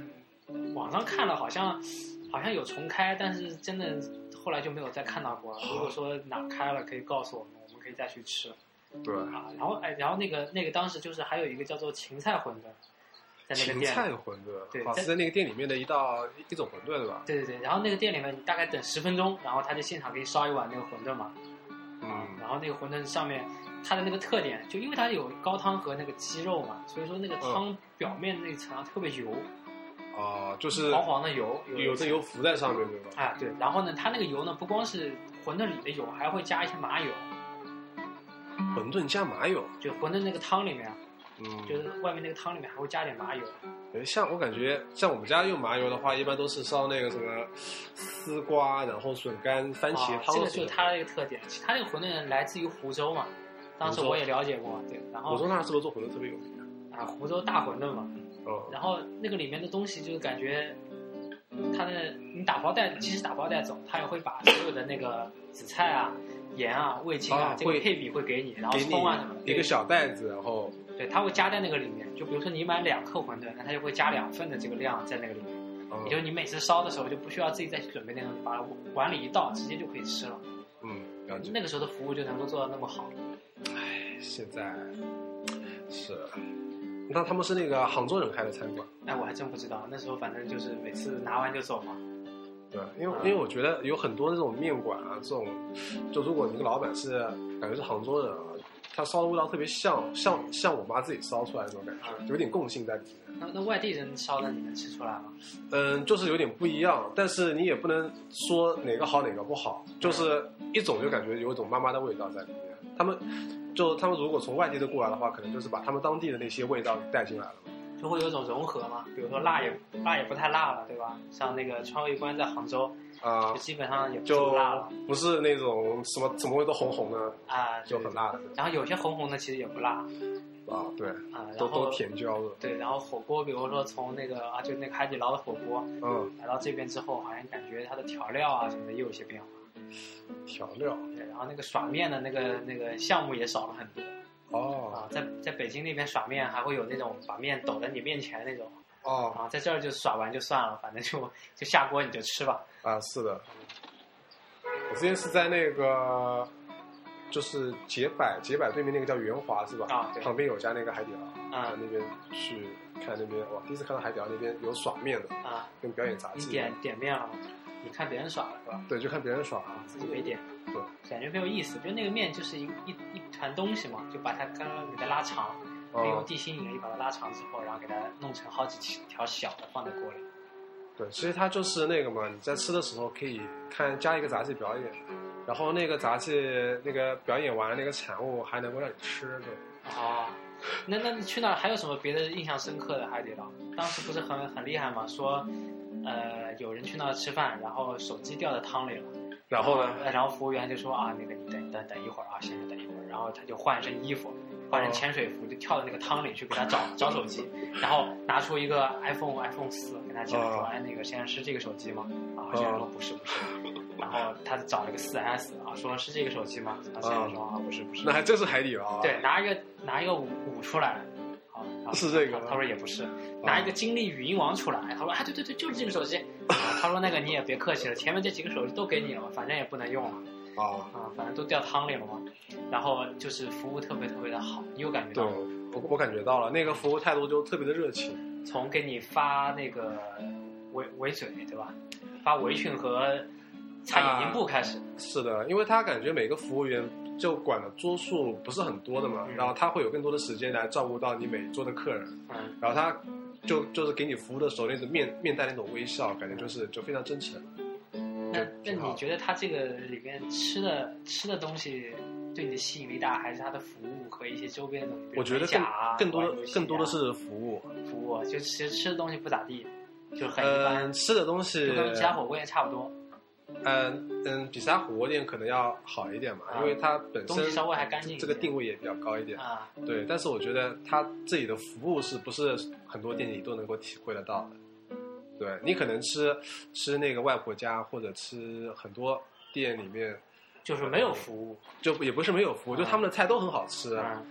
网上看了好像好像有重开，但是真的后来就没有再看到过。如果说哪开了，可以告诉我们，我们可以再去吃。 对啊，然后哎，然后那个那个当时就是还有一个叫做芹菜馄饨，在那个店。 芹菜馄饨， 对， 好是在那个店里面的一道一种馄饨，对吧？ 对对对，然后那个店里面你大概等十分钟，然后他就现场给你烧一碗那个馄饨嘛。 嗯， 然后那个馄饨上面它的那个特点，就因为它有高汤和那个鸡肉嘛，所以说那个汤表面那层特别油。 哦、呃，就是黄黄的油， 有这油浮在上面，对吧？ 啊，对。然后呢，它那个油呢，不光是馄饨里的油，还会加一些麻油。 馄饨加麻油， 就馄饨那个汤里面， 嗯， 就是外面那个汤里面还会加点麻油。 呃，像我感觉，像我们家用麻油的话，一般都是烧那个什么丝瓜，然后笋干、番茄汤、 哦。这个就是它的一个特点。其实它这个馄饨来自于湖州嘛，当时我也了解过，对。然后湖州那是不是做馄饨特别有名啊？湖州大馄饨嘛。 哦。 然后那个里面的东西就是感觉，它的你打包带，即使打包带走，它也会把所有的那个紫菜啊、盐啊、味精啊， 啊这个配比会给你，然后葱啊什么， 一个小袋子，然后对，它会加在那个里面。就比如说你买两克馄饨，那它就会加两份的这个量在那个里面。 嗯、 也就是你每次烧的时候就不需要自己再去准备那种，把碗里一倒，直接就可以吃了。 嗯，了解。 那个时候的服务就能够做到那么好。 唉，现在是。那他们是那个杭州人开的餐馆？ 哎，我还真不知道。那时候反正就是每次拿完就走嘛。 对，因为、嗯、因为我觉得有很多那种面馆啊，这种就如果你个老板是感觉是杭州人啊，他烧的味道特别像像像我妈自己烧出来的那种感觉，嗯、有点共性在里面。 那那外地人烧的你能吃出来吗？ 嗯，就是有点不一样，但是你也不能说哪个好哪个不好，就是一种就感觉有一种妈妈的味道在里面。他们就他们如果从外地的过来的话，可能就是把他们当地的那些味道带进来了嘛。 就会有一种融合嘛，比如说辣也辣也不太辣了，对吧？像那个川味关在杭州啊、呃， 就基本上也不就辣了， 不是那种什么什么味都红红的啊， 就很辣的。 然后有些红红的其实也不辣啊，对啊， 都都甜椒的。 对，然后火锅，比如说从那个啊，就那个海底捞的火锅， 嗯， 来到这边之后，好像感觉它的调料啊什么的又有些变化。 调料。 对，然后那个耍面的那个那个项目也少了很多。 哦， 啊，在在北京那边耍面还会有那种把面抖在你面前那种， 哦， 啊，在这儿就耍完就算了，反正就就下锅你就吃吧。 啊，是的，我之前是在那个就是捷百捷百对面那个叫圆华是吧？ 啊，对， 旁边有家那个海底捞， 啊， 那边去看那边，哇，第一次看到海底捞那边有耍面的， 啊， 跟表演杂技。 你点点面了吗？你看别人耍了是吧？ 对，就看别人耍， 啊，自己没点。 对， 感觉没有意思，就那个面就是一一一团东西嘛，就把它刚刚给它拉长，利用地心引力把它拉长之后，然后给它弄成好几条小的放在锅里。 对，其实它就是那个嘛，你在吃的时候可以看加一个杂技表演，然后那个杂技那个表演完那个产物还能够让你吃的。 哦，那那你去那儿还有什么别的印象深刻的海底捞？当时不是很很厉害吗？说，呃，有人去那儿吃饭，然后手机掉在汤里了。 然后呢？ 然后服务员就说啊，那个你等等等一会儿啊，先生等一会儿。然后他就换一身衣服，换成潜水服，就跳到那个汤里去给他找找手机，然后拿出一个 iPhone iPhone 四跟他讲说，哎，那个先生是这个手机吗？啊，先生说不是不是。然后他找了个 四 S 啊，说是这个手机吗？啊，先生说啊不是不是。 那还真是海底捞啊。 对，拿一个拿一个五五出来。 是这个， 他说也不是，拿一个金立语音王出来，他说啊对对对，就是这个手机，啊，他说那个你也别客气了，前面这几个手机都给你了嘛，反正也不能用了， 啊啊，反正都掉汤里了嘛，然后就是服务特别特别的好，你有感觉到吗？ 对，我我感觉到了，那个服务态度就特别的热情， 从给你发那个围围嘴对吧，发围裙和擦眼睛布开始， 啊，是的，因为他感觉每个服务员就管的桌数不是很多的嘛， 嗯， 然后他会有更多的时间来照顾到你每一桌的客人， 嗯， 然后他就就是给你服务的时候那种面面带那种微笑，感觉就是就非常真诚。 那那你觉得他这个里面吃的吃的东西对你的吸引力大，还是他的服务和一些周边的东西？ 我觉得更、 啊、 更多的更多的是服务， 服务就其实吃的东西不咋地，就很一般。 嗯，吃的东西就跟其他火锅店差不多。 嗯嗯，比其他火锅店可能要好一点嘛，啊，因为它本身东西稍微还干净一点， 这个定位也比较高一点啊。 对，但是我觉得它这里的服务是不是很多店里都能够体会得到的？对，你可能吃吃那个外婆家或者吃很多店里面， 就是没有服务， 就也不是没有服务， 啊， 就他们的菜都很好吃， 啊，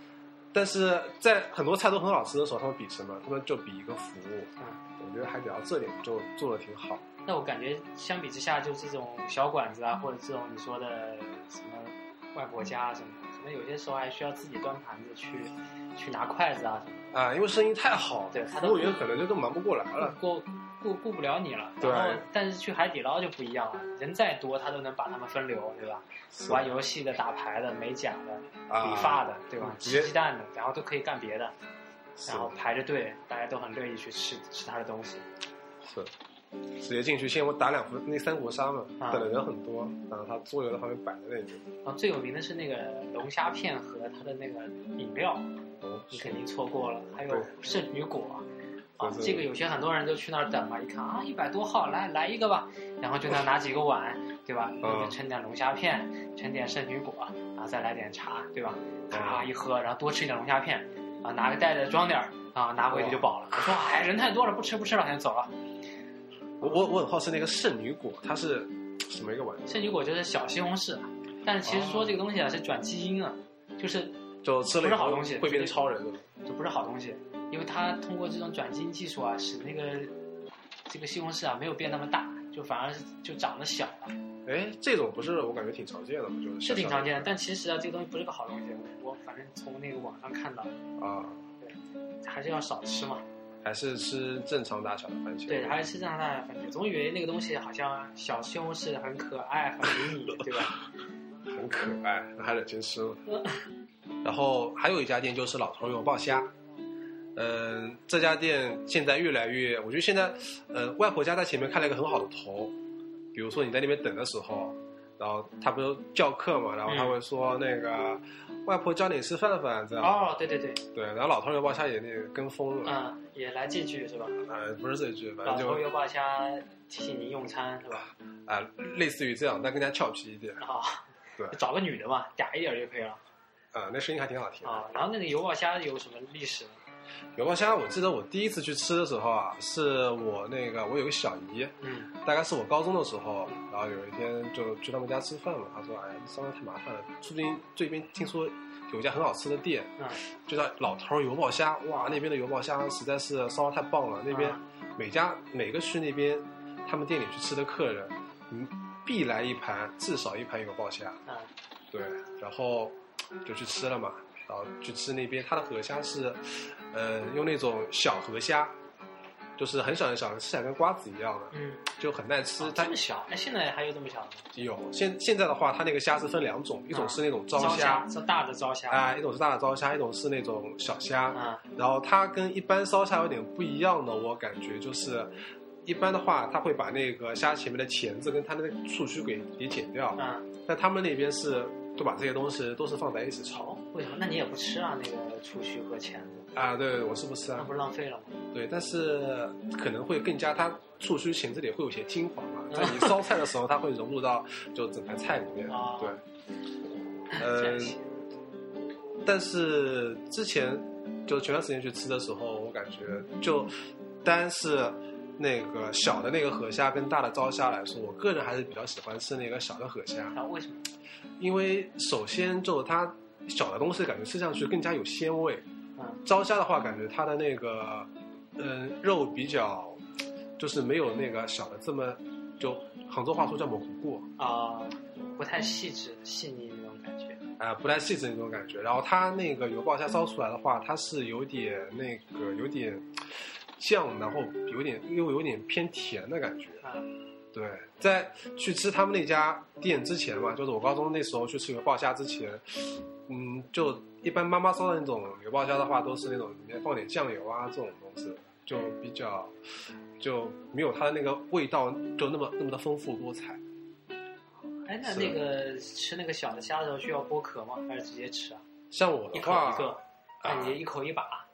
但是在很多菜都很好吃的时候，他们比什么？他们就比一个服务。 嗯， 我觉得海底捞这点就做的挺好。 那我感觉相比之下，就这种小馆子啊，或者这种你说的什么外婆家啊什么，可能有些时候还需要自己端盘子去去拿筷子啊什么啊，因为生意太好， 对， 服务员可能就更忙不过来了， 顾顾顾不了你了。 对。 然后，但是去海底捞就不一样了，人再多，他都能把他们分流，对吧？玩游戏的、打牌的、美甲的、 啊、 理发的，对吧？ 鸡鸡蛋的，然后都可以干别的，然后排着队，大家都很乐意去吃吃他的东西。 是。直接进去，先我打两壶那三国杀嘛， 啊、 等的人很多，然后他桌游在旁边摆在那边。 然后最有名的是那个龙虾片和它的那个饮料， 哦、 你肯定错过了。还有圣女果，啊， 对这个有些很多人都去那儿等嘛，一看啊一百多号，来来一个吧，然后就那拿几个碗，对吧？ 嗯、 就盛点龙虾片，盛点圣女果，然后再来点茶，对吧？咔一喝，然后多吃一点龙虾片，啊，拿个袋子装点啊，拿回去就饱了。我说哎，人太多了，不吃不吃了，就走了。 我我我很好奇那个圣女果它是什么一个玩意？ 圣女果就是小西红柿，但是其实说这个东西啊是转基因啊，就是就吃了不是好东西， 会变成超人的， 就不是好东西，因为它通过这种转基因技术啊，使那个这个西红柿啊没有变那么大，就反而是就长得小了。 哎，这种不是我感觉挺常见的吗？就是是挺常见的，但其实啊这个东西不是个好东西，我反正从那个网上看到啊， 对，还是要少吃嘛。 还是吃正常大小的番茄？ 对，还是吃正常大小的番茄。总以为那个东西好像小西红柿很可爱、很迷你，对吧？ 很可爱，还得先吃了。然后还有一家店就是老头油爆虾，嗯，这家店现在越来越，我觉得现在，呃，外婆家在前面开了一个很好的头，比如说你在那边等的时候，然后他不是叫客嘛，然后他会说那个。嗯外婆教你吃饭饭，这样哦，对对对， 对，然后老头油爆虾也那个跟风了， 嗯，也来这句是吧？ 呃，不是这句，反正就老头油爆虾替你用餐是吧？ 啊、呃，类似于这样，但更加俏皮一点啊、哦， 对， 找个女的嘛，嗲一点就可以了。 啊、呃，那声音还挺好听啊、哦。然后那个油爆虾有什么历史呢？ 油爆虾，我记得我第一次去吃的时候啊，是我那个我有个小姨， 嗯， 大概是我高中的时候，然后有一天就去他们家吃饭嘛，她说：“哎呀，烧烤太麻烦了，最近这边听说有一家很好吃的店， 嗯， 就叫老头油爆虾，哇，那边的油爆虾实在是烧烤太棒了，那边每家每个去那边他们店里去吃的客人，嗯，必来一盘，至少一盘油爆虾， 嗯， 对，然后就去吃了嘛。”然后去吃那边，它的河虾是，呃，用那种小河虾，就是很小很小，吃起来跟瓜子一样的， 嗯， 就很耐吃。 哦、这么小？哎，现在还有这么小的吗？ 有，现现在的话，它那个虾是分两种，一种是那种招虾，是大的招虾啊、呃，一种是大的招虾，一种是那种小虾。 啊、 嗯，然后它跟一般烧虾有点不一样的，我感觉就是，一般的话，它会把那个虾前面的钳子跟它那个触须给给剪掉， 嗯， 但他们那边是。就把这些东西都是放在一起炒， 为什么？那你也不吃啊？那个触须和钳子啊？对，我是不吃啊。 那不是浪费了吗？ 对，但是可能会更加，它触须钳子里会有些精华嘛，在你烧菜的时候，它会融入到就整盘菜里面。 哦、 对，嗯、呃，但是之前就前段时间去吃的时候，我感觉就单是。那个小的那个河虾跟大的招虾来说，我个人还是比较喜欢吃那个小的河虾。 啊，为什么？ 因为首先就它小的东西感觉吃上去更加有鲜味。 嗯， 招虾的话，感觉它的那个嗯肉比较就是没有那个小的这么就杭州话说叫模糊过啊、呃，不太细致细腻那种感觉。 啊、呃，不太细致那种感觉。然后它那个油爆虾烧出来的话，它是有点那个有点。酱，然后有点又有点偏甜的感觉。对，在去吃他们那家店之前嘛，就是我高中那时候去吃油爆虾之前，嗯，就一般妈妈烧的那种油爆虾的话，都是那种里面放点酱油啊这种东西，就比较就没有它的那个味道就那么那么的丰富多彩。 哎，那那个吃那个小的虾的时候需要剥壳吗？还是直接吃啊？ 像我的话， 一口一个，那你一口一把。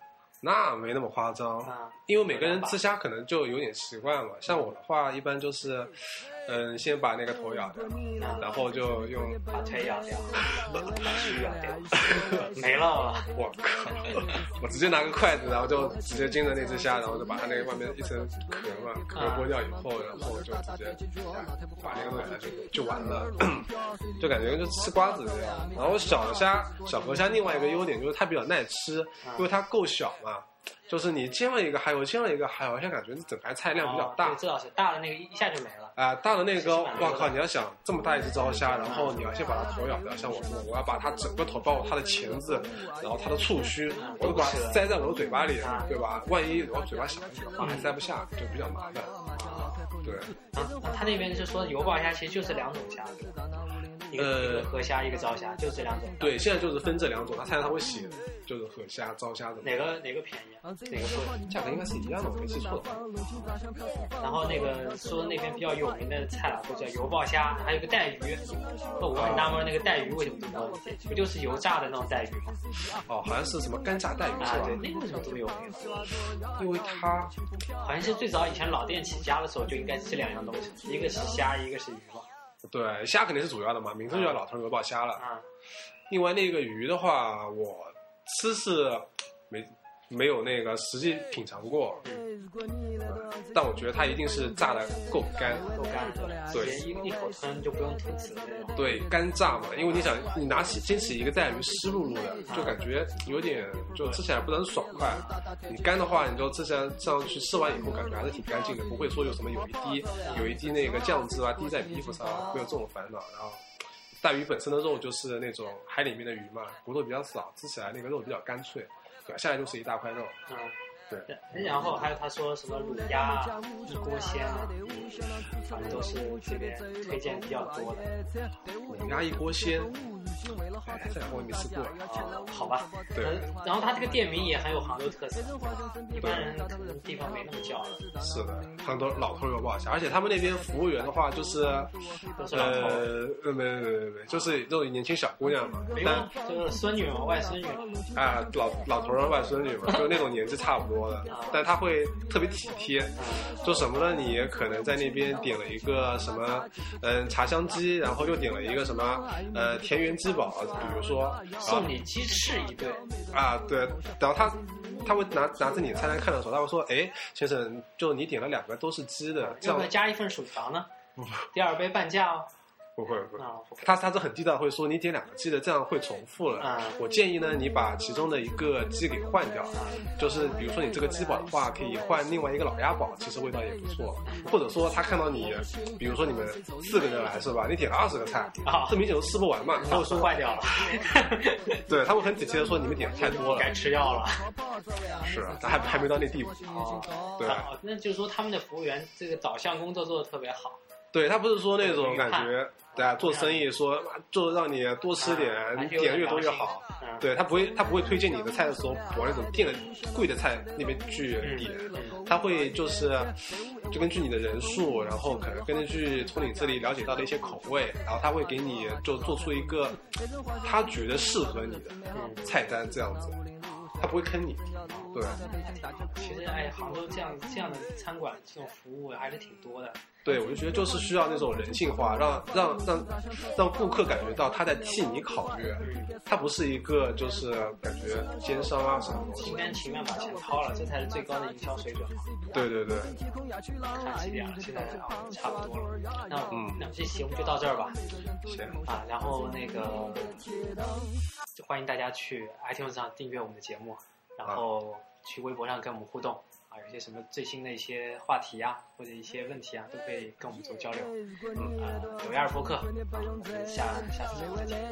那没那么夸张， 啊， 因为每个人吃虾可能就有点习惯嘛。像我的话，一般就是，嗯，先把那个头咬掉，然后就用把腿咬掉，把须咬掉，没了。 我靠！我直接拿个筷子，然后就直接盯着那只虾，然后就把它那个外面一层壳嘛，壳剥掉以后，然后就直接把那个咬下去就完了，就感觉就吃瓜子这样。然后小虾、小河虾另外一个优点就是它比较耐吃，因为它够小嘛。就是你煎了一个，还有煎了一个，还好像感觉整盘菜量比较大。 哦、这倒是大的那个一下就没了。 啊、呃，大的那个，哇靠！你要想这么大一只招虾，然后你要先把它头咬掉，像我说，我要把它整个头，包括它的钳子，然后它的触须，我都把它塞在我的嘴巴里，对吧？万一我嘴巴小一点，话还塞不下，就比较麻烦。对。 啊，他那边就说油爆虾其实就是两种虾。一个一个河虾，一个招虾，就这两种。 对，现在就是分这两种，它菜单它会写，就是河虾、招虾的。 哪个哪个便宜啊？哪个贵？ 价格应该是一样的，我没记错。 然后那个说那边比较有名的菜啊，都叫油爆虾，还有个带鱼。那我很纳闷，那个带鱼为什么这么多人点？不就是油炸的那种带鱼吗？ 哦，好像是什么干炸带鱼是吧？ 啊，对，那个为什么这么有名？ 因为它好像是最早以前老店起家的时候就应该是两样东西，一个是虾，一个是鱼嘛。 对，虾肯定是主要的嘛，名字就叫老头油爆虾了。 啊， 另外那个鱼的话，我吃是没没有那个实际品尝过，嗯，但我觉得它一定是炸的够干， 够干， 对， 一一口吞就不用吐籽的那种。 对，干炸嘛，因为你想，你拿起煎起一个带鱼湿漉漉的，就感觉有点就吃起来不是很爽快。你干的话，你就吃起来上去吃完以后，感觉还是挺干净的，不会说有什么有一滴有一滴那个酱汁啊滴在衣服上，会有这种烦恼。然后带鱼本身的肉就是那种海里面的鱼嘛，骨头比较少，吃起来那个肉比较干脆，对，下来就是一大块肉。 嗯， 对。 然后还有他说什么卤鸭、一锅鲜啊，反正都是这边推荐比较多的。 卤鸭一锅鲜，哎，这两个我也没吃过。 啊，好吧。 对。 然后他这个店名也很有杭州特色，一般人可能地方没那么叫了。 是的，杭州老头油爆虾，而且他们那边服务员的话，就是都是老头， 呃，没没没没，就是这种年轻小姑娘嘛， 但就是孙女嘛，外孙女啊，老老头儿外孙女嘛，就那种年纪差不多的，但他会特别体贴，做什么呢？你可能在那边点了一个什么，嗯，茶香鸡，然后又点了一个什么，呃，田园鸡堡，比如说送你鸡翅一对啊，对，然后他。他会拿拿着你菜单看的时候，他会说：“哎，先生，就你点了两个都是鸡的，这样要不要加一份薯条呢？第二杯半价哦。” 不会不会， 啊、 他他是很地道，会说你点两个鸡的，这样会重复了。 啊、 我建议呢，你把其中的一个鸡给换掉，啊、就是比如说你这个鸡堡的话，可以换另外一个老鸭堡，其实味道也不错。或者说他看到你，比如说你们四个人来是吧？你点了二十个菜， 啊， 这明显都吃不完嘛，他会说坏掉了。 对，他会很体贴的说你们点的太多了， 该吃药了。 是，但还还没到那地步。 哦， 对、 啊，那就是说他们的服务员这个导向工作做得特别好。 对，他不是说那种感觉，对啊，做生意说就让你多吃点，你点越多越好。对，他不会，他不会推荐你的菜的时候往那种店的贵的菜那边去点，他会就是就根据你的人数，然后可能根据从你这里了解到的一些口味，然后他会给你就做出一个他觉得适合你的菜单这样子。他不会坑你，对。 其实，哎，杭州这样这样的餐馆这种服务还是挺多的。 对，我就觉得就是需要那种人性化，让让让让顾客感觉到他在替你考虑，他不是一个就是感觉奸商啊什么东西。 心甘情愿把钱掏了，这才是最高的营销水准嘛。 对对对。 看几点了？现在啊，差不多了。那嗯，那这期我们就到这儿吧。 行啊，然后那个就欢迎大家去 iTunes 上订阅我们的节目，然后去微博上跟我们互动。啊，有些什么最新的一些话题啊，或者一些问题啊，都可以跟我们做交流。嗯，呃，有亚尔播客，我们下下次节目再见。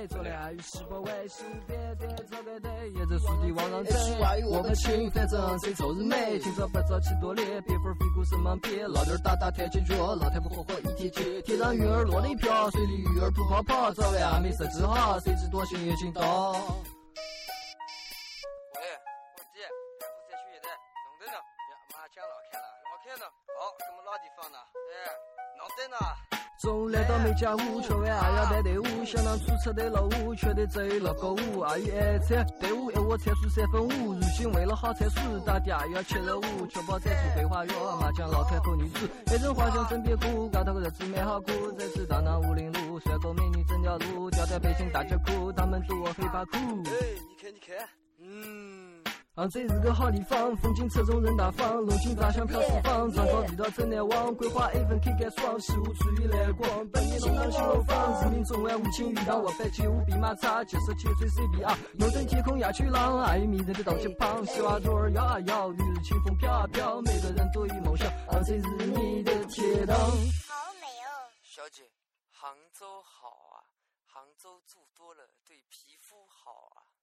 我不清，反正谁凑日美，听着不早起多烈，别份屁股什么别，老点大大太解决，老太不火火一提起，天上鱼儿落了一瓢，水里鱼儿吐泡泡，早晚没设置好，谁知多幸运心到。中午来到美家屋，吃完还要带队伍，想当出车的老五，却得走了购物，阿姨爱菜队伍一窝我参数三分五，如今为了好参数，打嗲又要七十五，确保战术对话约，麻将老开口女主，每人花香真别哭，高头的日子美好过，这次到那五零路，帅哥美女整条路，吊带背心大脚裤，他们说我黑怕酷。 哎，你看你看，嗯。 杭州是个好地方，风景侧重人大方，龙井大巷飘四方，长高地道真难忘，桂花 A 分 K 干爽，十五处于来光，本地龙岗新楼房，人民中外五轻鱼塘，我百七五比马叉，九十七岁 C B R， 龙腾天空鸦雀浪，爱与迷人的刀切旁，西瓜墩儿摇啊摇，雨日清风飘啊飘，每个人都有梦想，杭州是你的铁道。 好美哦， 小姐，杭州好啊，杭州住多了对皮肤好啊。